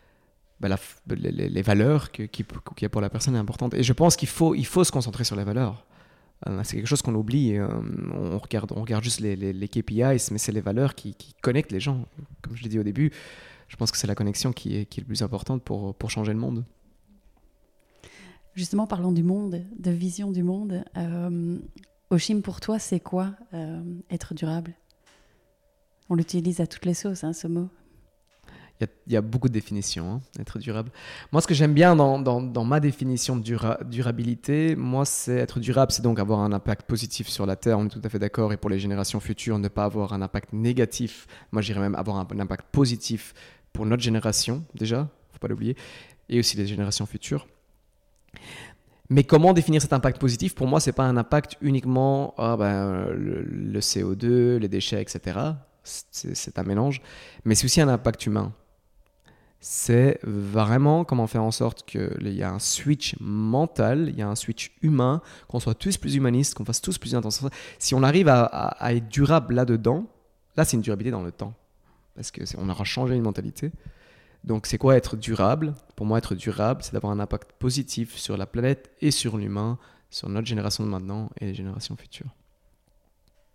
Les valeurs qui pour la personne est importante. Et je pense qu'il faut se concentrer sur les valeurs. C'est quelque chose qu'on oublie. On regarde juste les KPIs, mais c'est les valeurs qui connectent les gens. Comme je l'ai dit au début, je pense que c'est la connexion qui est le plus importante pour changer le monde. Justement, parlons du monde, de vision du monde. Oshim, pour toi, c'est quoi être durable ? On l'utilise à toutes les sauces, ce mot. Il y a beaucoup de définitions, être durable. Moi, ce que j'aime bien dans ma définition de durabilité, moi, c'est être durable, c'est donc avoir un impact positif sur la Terre, on est tout à fait d'accord, et pour les générations futures, ne pas avoir un impact négatif. Moi, j'irais même avoir un impact positif pour notre génération, déjà, il ne faut pas l'oublier, et aussi les générations futures. Mais comment définir cet impact positif ? Pour moi, ce n'est pas un impact uniquement le CO2, les déchets, etc. C'est un mélange, mais c'est aussi un impact humain. C'est vraiment comment faire en sorte qu'il y a un switch mental, il y a un switch humain, qu'on soit tous plus humanistes, qu'on fasse tous plus intensifs. Si on arrive à être durable là-dedans, là c'est une durabilité dans le temps, parce qu'on aura changé une mentalité. Donc c'est quoi être durable ? Pour moi, être durable, c'est d'avoir un impact positif sur la planète et sur l'humain, sur notre génération de maintenant et les générations futures.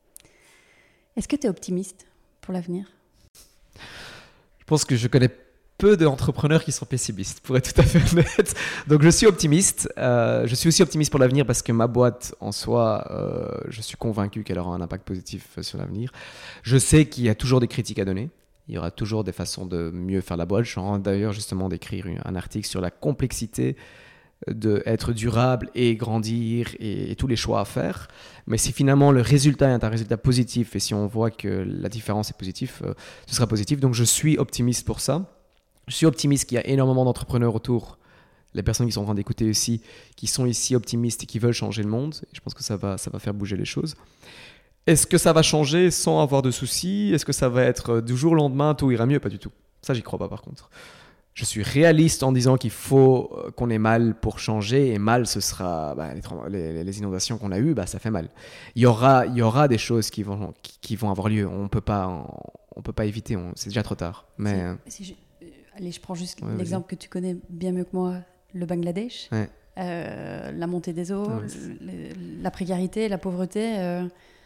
Est-ce que tu es optimiste pour l'avenir ? Je pense que je connais peu d'entrepreneurs qui sont pessimistes, pour être tout à fait honnête. Donc je suis optimiste. Je suis aussi optimiste pour l'avenir parce que ma boîte en soi, je suis convaincu qu'elle aura un impact positif sur l'avenir. Je sais qu'il y a toujours des critiques à donner. Il y aura toujours des façons de mieux faire la boîte. Je suis en train d'ailleurs justement d'écrire un article sur la complexité d'être durable et grandir et tous les choix à faire. Mais si finalement le résultat est un résultat positif et si on voit que la différence est positive, ce sera positif. Donc je suis optimiste pour ça. Je suis optimiste qu'il y a énormément d'entrepreneurs autour, les personnes qui sont en train d'écouter aussi, qui sont ici optimistes et qui veulent changer le monde. Et je pense que ça va faire bouger les choses. Est-ce que ça va changer sans avoir de soucis? Est-ce que ça va être du jour au lendemain, tout ira mieux? Pas du tout. Ça, j'y crois pas par contre. Je suis réaliste en disant qu'il faut qu'on ait mal pour changer. Et mal, ce sera les inondations qu'on a eues, ça fait mal. Il y aura des choses qui vont avoir lieu. On peut pas éviter. C'est déjà trop tard. Mais allez, je prends juste l'exemple que tu connais bien mieux que moi, le Bangladesh. Ouais. La montée des eaux, la précarité, la pauvreté.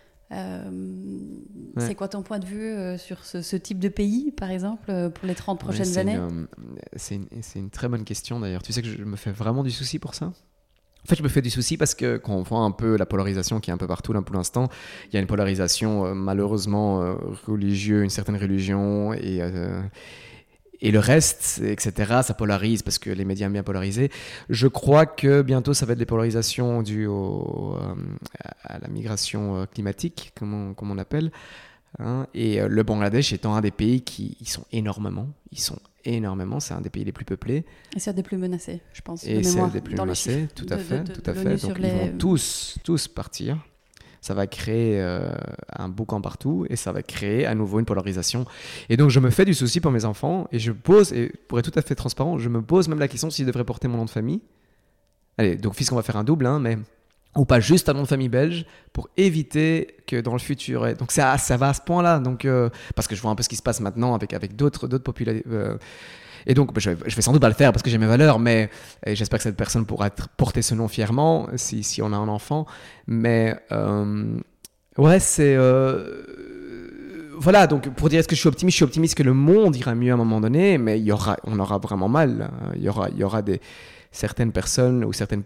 C'est quoi ton point de vue sur ce type de pays, par exemple, pour les 30 prochaines années? C'est une très bonne question, d'ailleurs. Tu sais que je me fais vraiment du souci pour ça. En fait, je me fais du souci parce que quand on voit un peu la polarisation qui est un peu partout là pour l'instant, il y a une polarisation malheureusement religieuse, une certaine religion et le reste, etc., ça polarise parce que les médias aiment bien polariser. Je crois que bientôt, ça va être des polarisations dues à la migration climatique, comme on appelle. Hein. Et le Bangladesh étant un des pays ils sont énormément. C'est un des pays les plus peuplés. Et c'est un des plus menacés, je pense. Et c'est un des plus menacés, tout à fait. Donc ils vont tous partir. Ça va créer un boucan partout et ça va créer à nouveau une polarisation. Et donc, je me fais du souci pour mes enfants et pour être tout à fait transparent, je me pose même la question s'ils devraient porter mon nom de famille. Allez, donc, puisqu'on va faire un double, ou pas juste un nom de famille belge pour éviter que dans le futur. Donc, ça va à ce point-là. Donc, parce que je vois un peu ce qui se passe maintenant avec d'autres populations. Et donc, je vais sans doute pas le faire parce que j'ai mes valeurs, mais j'espère que cette personne pourra porter ce nom fièrement si on a un enfant. Mais c'est... Voilà, donc pour dire est-ce que je suis optimiste que le monde ira mieux à un moment donné, mais on aura vraiment mal. Il y aura certaines personnes ou certaines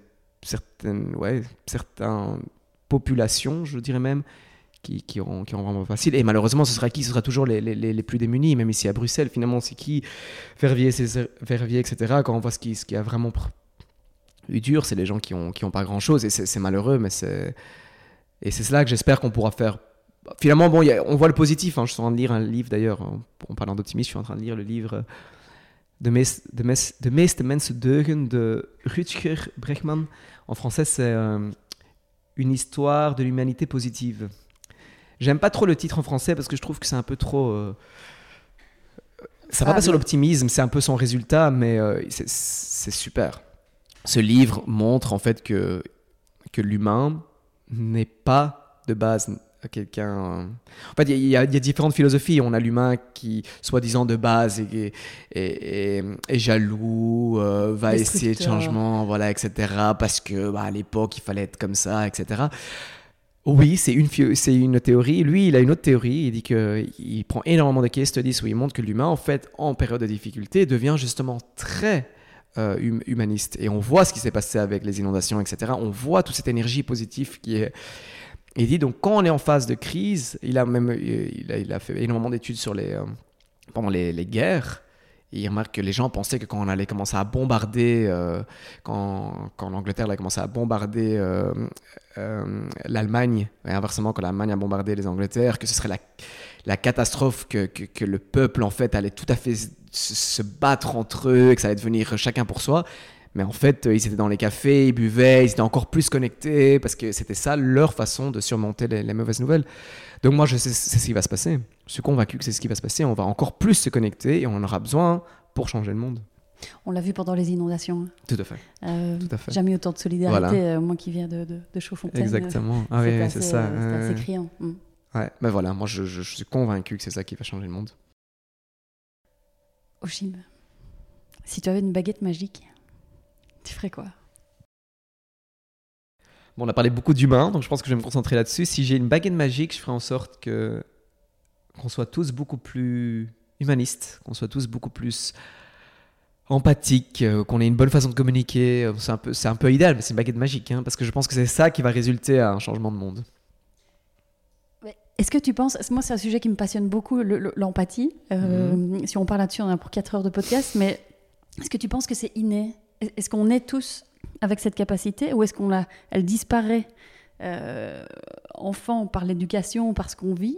populations, je dirais même, qui auront vraiment facile. Et malheureusement, ce sera toujours les plus démunis, même ici à Bruxelles. Finalement, c'est qui Verviers, etc. Quand on voit ce qui a vraiment eu dur, c'est les gens qui ont pas grand-chose. Et c'est malheureux, mais c'est cela que j'espère qu'on pourra faire. Finalement, on voit le positif. Hein. Je suis en train de lire un livre, d'ailleurs, en parlant d'optimisme, je suis en train de lire le livre De meeste mensen deugen de Rutger Bregman. En français, c'est une histoire de l'humanité positive. J'aime pas trop le titre en français parce que je trouve que c'est un peu trop... Ça va pas sur l'optimisme, c'est un peu son résultat, mais c'est super. Ce livre montre en fait que l'humain n'est pas de base quelqu'un... En fait, il y a différentes philosophies. On a l'humain qui, soi-disant de base, est jaloux, va essayer de changement, voilà, etc. Parce que à l'époque, il fallait être comme ça, etc. Oui, c'est une théorie. Lui, il a une autre théorie. Il dit qu'il prend énormément de case studies où il montre que l'humain, en fait, en période de difficulté, devient justement très humaniste. Et on voit ce qui s'est passé avec les inondations, etc. On voit toute cette énergie positive qui est... Il dit donc quand on est en phase de crise, il a fait énormément d'études sur pendant les guerres. Et il remarque que les gens pensaient que quand on allait commencer à bombarder, quand l'Angleterre allait commencer à bombarder l'Allemagne, et inversement quand l'Allemagne a bombardé les Angleterres, que ce serait la catastrophe, que le peuple en fait allait tout à fait se battre entre eux, et que ça allait devenir chacun pour soi. Mais en fait, ils étaient dans les cafés, ils buvaient, ils étaient encore plus connectés parce que c'était ça leur façon de surmonter les mauvaises nouvelles. Donc moi, je sais c'est ce qui va se passer. Je suis convaincu que c'est ce qui va se passer. On va encore plus se connecter et on en aura besoin pour changer le monde. On l'a vu pendant les inondations. Tout à fait. Tout à fait. Jamais autant de solidarité, voilà. Moi qui viens de Chaudfontaine. Exactement. Ah oui, c'est ça. C'est assez criant. Ouais, ben voilà, moi je suis convaincu que c'est ça qui va changer le monde. Oshim, si tu avais une baguette magique, tu ferais quoi? Bon, on a parlé beaucoup d'humains, donc je pense que je vais me concentrer là-dessus. Si j'ai une baguette magique, je ferai en sorte qu'on soit tous beaucoup plus humanistes, qu'on soit tous beaucoup plus empathique, qu'on ait une bonne façon de communiquer. C'est un peu idéal, mais c'est une baguette magique, hein, parce que je pense que c'est ça qui va résulter à un changement de monde. Est-ce que tu penses, moi c'est un sujet qui me passionne beaucoup, l'empathie. Si on parle là-dessus, on a pour 4 heures de podcast, mais est-ce que tu penses que c'est inné? Est-ce qu'on est tous avec cette capacité ou est-ce elle disparaît enfant par l'éducation, par ce qu'on vit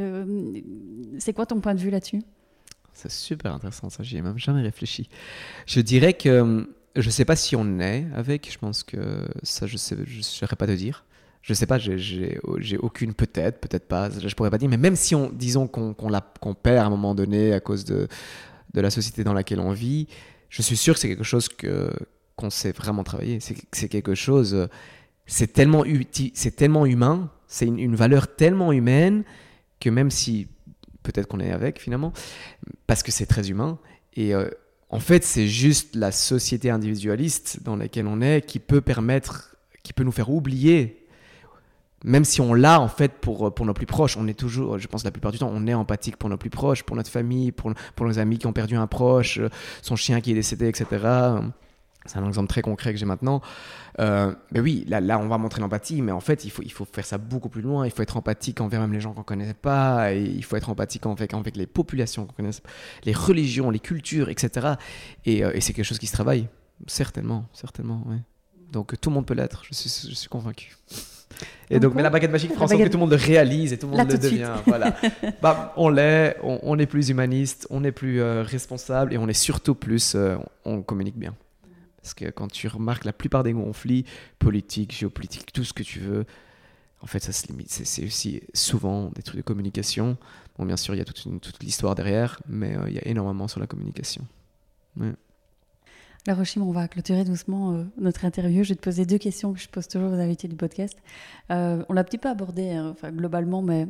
c'est quoi ton point de vue là-dessus? C'est super intéressant ça, j'y ai même jamais réfléchi. Je dirais que je sais pas si on est avec, je pense que ça je saurais pas te dire. Je sais pas, j'ai aucune, peut-être pas, je pourrais pas dire, mais même si disons qu'on perd à un moment donné à cause de la société dans laquelle on vit, je suis sûr que c'est quelque chose qu'on sait vraiment travailler. C'est quelque chose, c'est tellement humain, c'est une valeur tellement humaine que même si peut-être qu'on est avec finalement, parce que c'est très humain. Et en fait, c'est juste la société individualiste dans laquelle on est qui peut nous faire oublier. Même si on l'a en fait pour nos plus proches, on est toujours, je pense la plupart du temps, on est empathique pour nos plus proches, pour notre famille, pour nos amis qui ont perdu un proche, son chien qui est décédé, etc. C'est un exemple très concret que j'ai maintenant. Mais oui, là, on va montrer l'empathie, mais en fait, il faut faire ça beaucoup plus loin. Il faut être empathique envers même les gens qu'on ne connaît pas. Et il faut être empathique avec les populations qu'on connaît, les religions, les cultures, etc. Et c'est quelque chose qui se travaille, certainement, ouais. Donc tout le monde peut l'être, je suis convaincu. Et donc, mais la baguette magique fera en sorte que tout le monde le réalise et tout le monde le devient. Voilà. On est plus humaniste, on est plus responsable et on est surtout plus, on communique bien. Parce que quand tu remarques la plupart des conflits politiques, géopolitiques, tout ce que tu veux, en fait, ça se limite. C'est aussi souvent des trucs de communication. Bon, bien sûr, il y a toute l'histoire derrière, mais il y a énormément sur la communication. Ouais. Alors, Oshim, on va clôturer doucement notre interview. Je vais te poser 2 questions que je pose toujours aux invités du podcast. On l'a un petit peu abordé, globalement, mais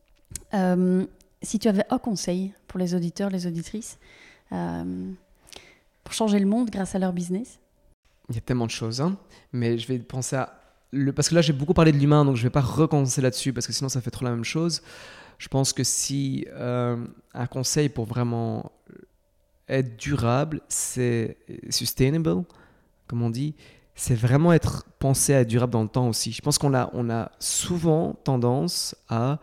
si tu avais un conseil pour les auditeurs, les auditrices, pour changer le monde grâce à leur business? Il y a tellement de choses, hein, mais je vais penser parce que là, j'ai beaucoup parlé de l'humain, donc je ne vais pas recommencer là-dessus, parce que sinon, ça fait trop la même chose. Je pense que si un conseil pour vraiment être durable, c'est sustainable, comme on dit, c'est vraiment pensé à être durable dans le temps aussi. Je pense qu'on a souvent tendance à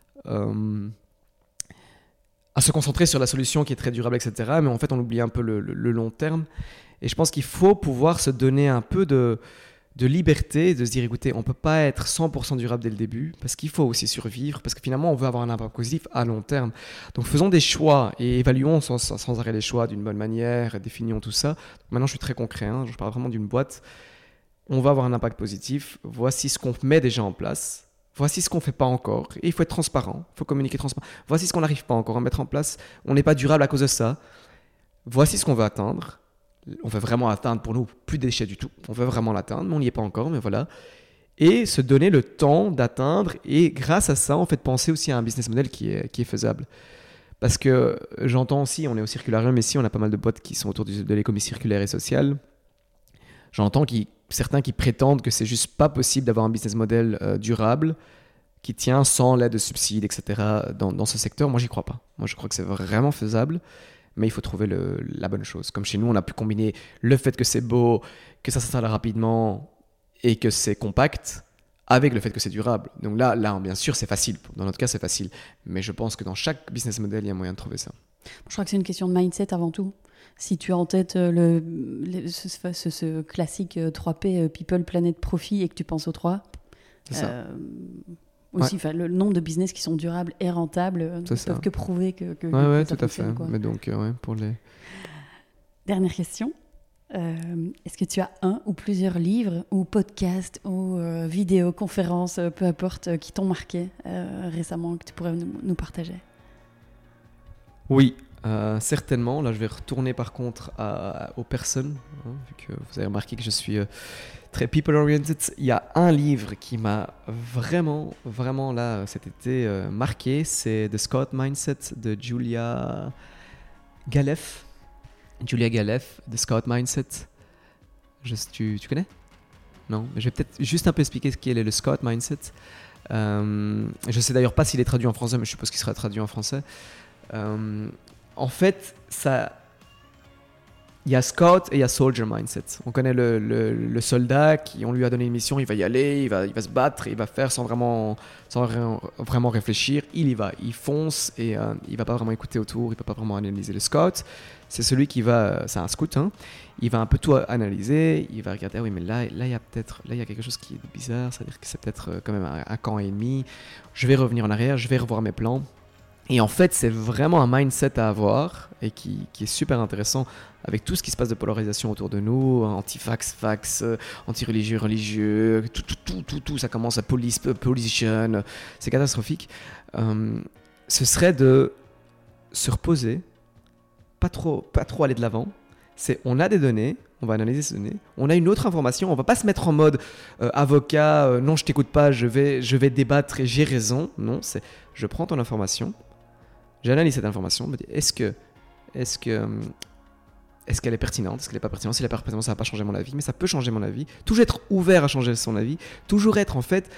se concentrer sur la solution qui est très durable, etc. Mais en fait, on oublie un peu le long terme. Et je pense qu'il faut pouvoir se donner un peu de liberté, de se dire, écoutez, on ne peut pas être 100% durable dès le début, parce qu'il faut aussi survivre, parce que finalement, on veut avoir un impact positif à long terme. Donc, faisons des choix et évaluons sans arrêt les choix d'une bonne manière, définions tout ça. Donc, maintenant, je suis très concret, hein, je parle vraiment d'une boîte. On va avoir un impact positif. Voici ce qu'on met déjà en place. Voici ce qu'on ne fait pas encore. Et il faut être transparent, il faut communiquer transparent. Voici ce qu'on n'arrive pas encore à mettre en place. On n'est pas durable à cause de ça. Voici ce qu'on veut atteindre. On veut vraiment atteindre pour nous plus de déchets du tout. On veut vraiment l'atteindre, mais on n'y est pas encore, mais voilà. Et se donner le temps d'atteindre. Et grâce à ça, en fait, penser aussi à un business model qui est faisable. Parce que j'entends aussi, on est au Circularium ici, on a pas mal de boîtes qui sont autour de l'économie circulaire et sociale. J'entends certains qui prétendent que c'est juste pas possible d'avoir un business model durable qui tient sans l'aide de subsides, etc. dans ce secteur. Moi, j'y crois pas. Moi, je crois que c'est vraiment faisable. Mais il faut trouver la bonne chose. Comme chez nous, on a pu combiner le fait que c'est beau, que ça s'installe rapidement et que c'est compact avec le fait que c'est durable. Donc là, bien sûr, c'est facile. Dans notre cas, c'est facile. Mais je pense que dans chaque business model, il y a moyen de trouver ça. Je crois que c'est une question de mindset avant tout. Si tu as en tête ce classique 3P, People, Planet, Profit, et que tu penses aux 3, c'est ça. Aussi, le nombre de business qui sont durables et rentables ne peuvent que prouver que ça tout à fait. Quoi. Mais donc, pour les... Dernière question. Est-ce que tu as un ou plusieurs livres ou podcasts ou vidéos, conférences, peu importe, qui t'ont marqué récemment, que tu pourrais nous partager? Oui, certainement. Là, je vais retourner par contre aux personnes, hein, vu que vous avez remarqué que je suis très people-oriented. Il y a un livre qui m'a vraiment, vraiment, là, cet été, marqué. C'est The Scout Mindset de Julia Galef. Julia Galef, The Scout Mindset. Tu connais? Non, je vais peut-être juste un peu expliquer ce qu'est le Scout Mindset. Je sais d'ailleurs pas s'il est traduit en français, mais je suppose qu'il sera traduit en français. En fait, il y a scout et il y a soldier mindset. On connaît le soldat qui, on lui a donné une mission, il va y aller, il va se battre, il va faire sans vraiment réfléchir. Il y va, il fonce et il va pas vraiment écouter autour, il va pas vraiment analyser. Le scout, c'est celui qui va, c'est un scout, hein, il va un peu tout analyser, il va regarder, ah oui mais là il y a quelque chose qui est bizarre, c'est-à-dire que c'est peut-être quand même un camp ennemi. Je vais revenir en arrière, je vais revoir mes plans. Et en fait, c'est vraiment un mindset à avoir et qui est super intéressant avec tout ce qui se passe de polarisation autour de nous, anti-fax, fax, anti-religieux, religieux, tout, ça commence à politician, c'est catastrophique. Ce serait de se reposer, pas trop aller de l'avant. On a des données, on va analyser ces données, on a une autre information, on va pas se mettre en mode avocat, non je t'écoute pas, je vais débattre et j'ai raison. Non, c'est je prends ton information, j'analyse cette information, me dis est-ce qu'elle est pertinente, est-ce qu'elle n'est pas pertinente. Si elle n'est pas pertinente, ça ne va pas changer mon avis, mais ça peut changer mon avis. Toujours être ouvert à changer son avis, toujours être en fait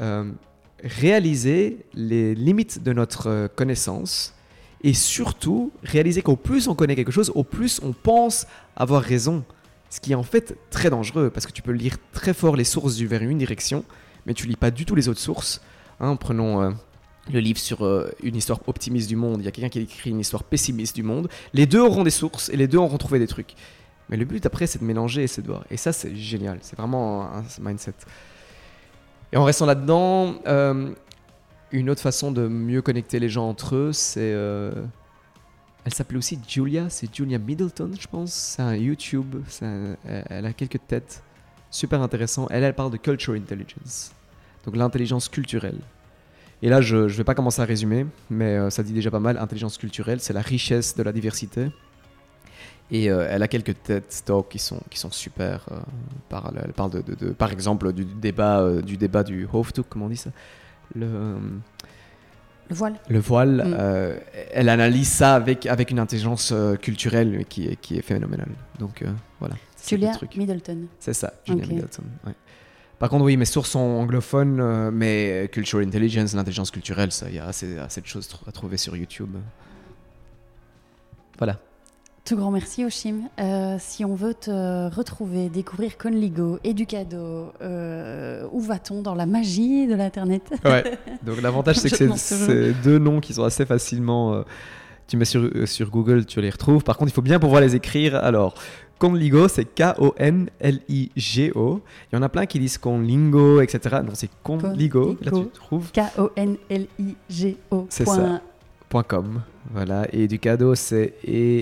réaliser les limites de notre connaissance et surtout réaliser qu'au plus on connaît quelque chose, au plus on pense avoir raison. Ce qui est en fait très dangereux parce que tu peux lire très fort les sources vers une direction, mais tu lis pas du tout les autres sources. Prenons le livre sur une histoire optimiste du monde, il y a quelqu'un qui a écrit une histoire pessimiste du monde, les deux auront des sources et les deux auront trouvé des trucs. Mais le but après c'est de mélanger et c'est de voir. Et ça c'est génial, c'est vraiment un mindset. Et en restant là-dedans, une autre façon de mieux connecter les gens entre eux, c'est... elle s'appelait aussi Julia, c'est Julia Middleton je pense, c'est un YouTube, elle a quelques têtes, super intéressant. Elle parle de Culture Intelligence, donc l'intelligence culturelle. Et là, je ne vais pas commencer à résumer, mais ça dit déjà pas mal. Intelligence culturelle, c'est la richesse de la diversité. Et elle a quelques TED Talks qui sont super. Elle parle par exemple du débat du hoofddoek, comment on dit ça ? Le voile. Le voile. Elle analyse ça avec une intelligence culturelle qui est phénoménale. Donc voilà. Julia Middleton. C'est ça, Julia Middleton. Ouais. Par contre, oui, mes sources sont anglophones, mais Cultural Intelligence, l'intelligence culturelle, il y a assez de choses à trouver sur YouTube. Voilà. Tout grand merci, Oshim. Si on veut te retrouver, découvrir Conligo, Educado, où va-t-on dans la magie de l'Internet ? Ouais, donc l'avantage, c'est que c'est deux noms qui sont assez facilement... tu mets sur Google, tu les retrouves. Par contre, il faut bien pouvoir les écrire. Alors... Conligo, c'est Konligo. Il y en a plein qui disent Conlingo, etc. Non, c'est Conligo. Là, tu trouves Konligo. C'est ça. .com. Voilà. Et Educado, c'est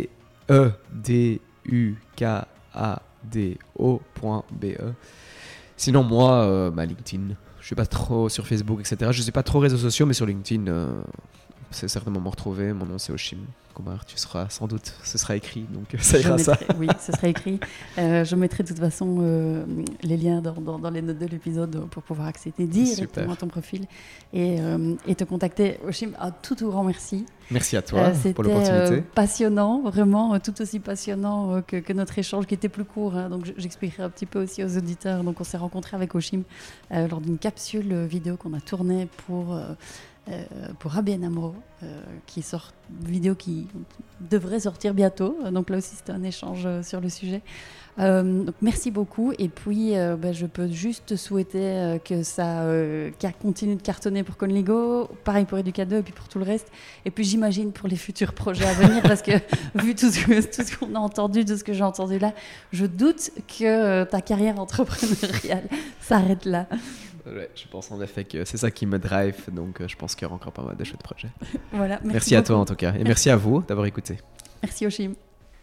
edukado.be. Sinon, moi, LinkedIn. Je suis pas trop sur Facebook, etc. Je suis pas trop réseaux sociaux, mais sur LinkedIn, c'est certainement me retrouver. Mon nom, c'est Oshim Kumar. Tu seras sans doute, ce sera écrit, donc ça ira ça. Oui, ce sera écrit. Je mettrai de toute façon les liens dans les notes de l'épisode pour pouvoir accéder directement à ton profil et te contacter. Oshim, un tout grand merci. Merci à toi pour l'opportunité. C'était passionnant, vraiment tout aussi passionnant que notre échange qui était plus court. Donc j'expliquerai un petit peu aussi aux auditeurs. Donc on s'est rencontrés avec Oshim lors d'une capsule vidéo qu'on a tournée pour ABN AMRO, vidéo qui devrait sortir bientôt. Donc là aussi, c'était un échange sur le sujet. Donc merci beaucoup. Et puis, je peux juste te souhaiter que ça continue de cartonner pour Conligo, pareil pour Educado et puis pour tout le reste. Et puis j'imagine pour les futurs projets à venir, parce que vu tout ce qu'on a entendu, tout ce que j'ai entendu là, je doute que ta carrière entrepreneuriale s'arrête là. Ouais, je pense en effet que c'est ça qui me drive, donc je pense qu'il y aura encore pas mal de chouettes projets. Voilà, merci à toi en tout cas, et merci à vous d'avoir écouté. Merci Oshim.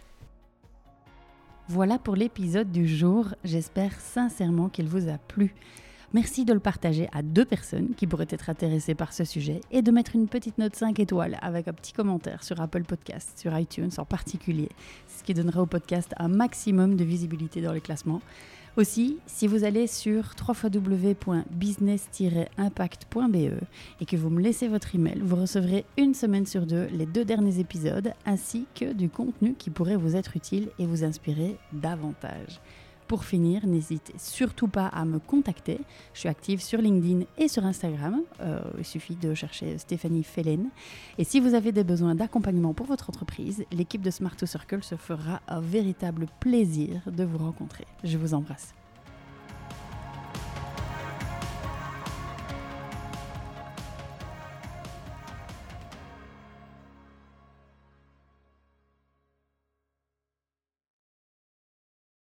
Voilà pour l'épisode du jour, j'espère sincèrement qu'il vous a plu. Merci de le partager à 2 personnes qui pourraient être intéressées par ce sujet et de mettre une petite note 5 étoiles avec un petit commentaire sur Apple Podcasts, sur iTunes en particulier, ce qui donnera au podcast un maximum de visibilité dans les classements. Aussi, si vous allez sur www.business-impact.be et que vous me laissez votre email, vous recevrez une semaine sur 2 les 2 derniers épisodes ainsi que du contenu qui pourrait vous être utile et vous inspirer davantage. Pour finir, n'hésitez surtout pas à me contacter. Je suis active sur LinkedIn et sur Instagram. Il suffit de chercher Stéphanie Fellen. Et si vous avez des besoins d'accompagnement pour votre entreprise, l'équipe de Smart2Circle se fera un véritable plaisir de vous rencontrer. Je vous embrasse.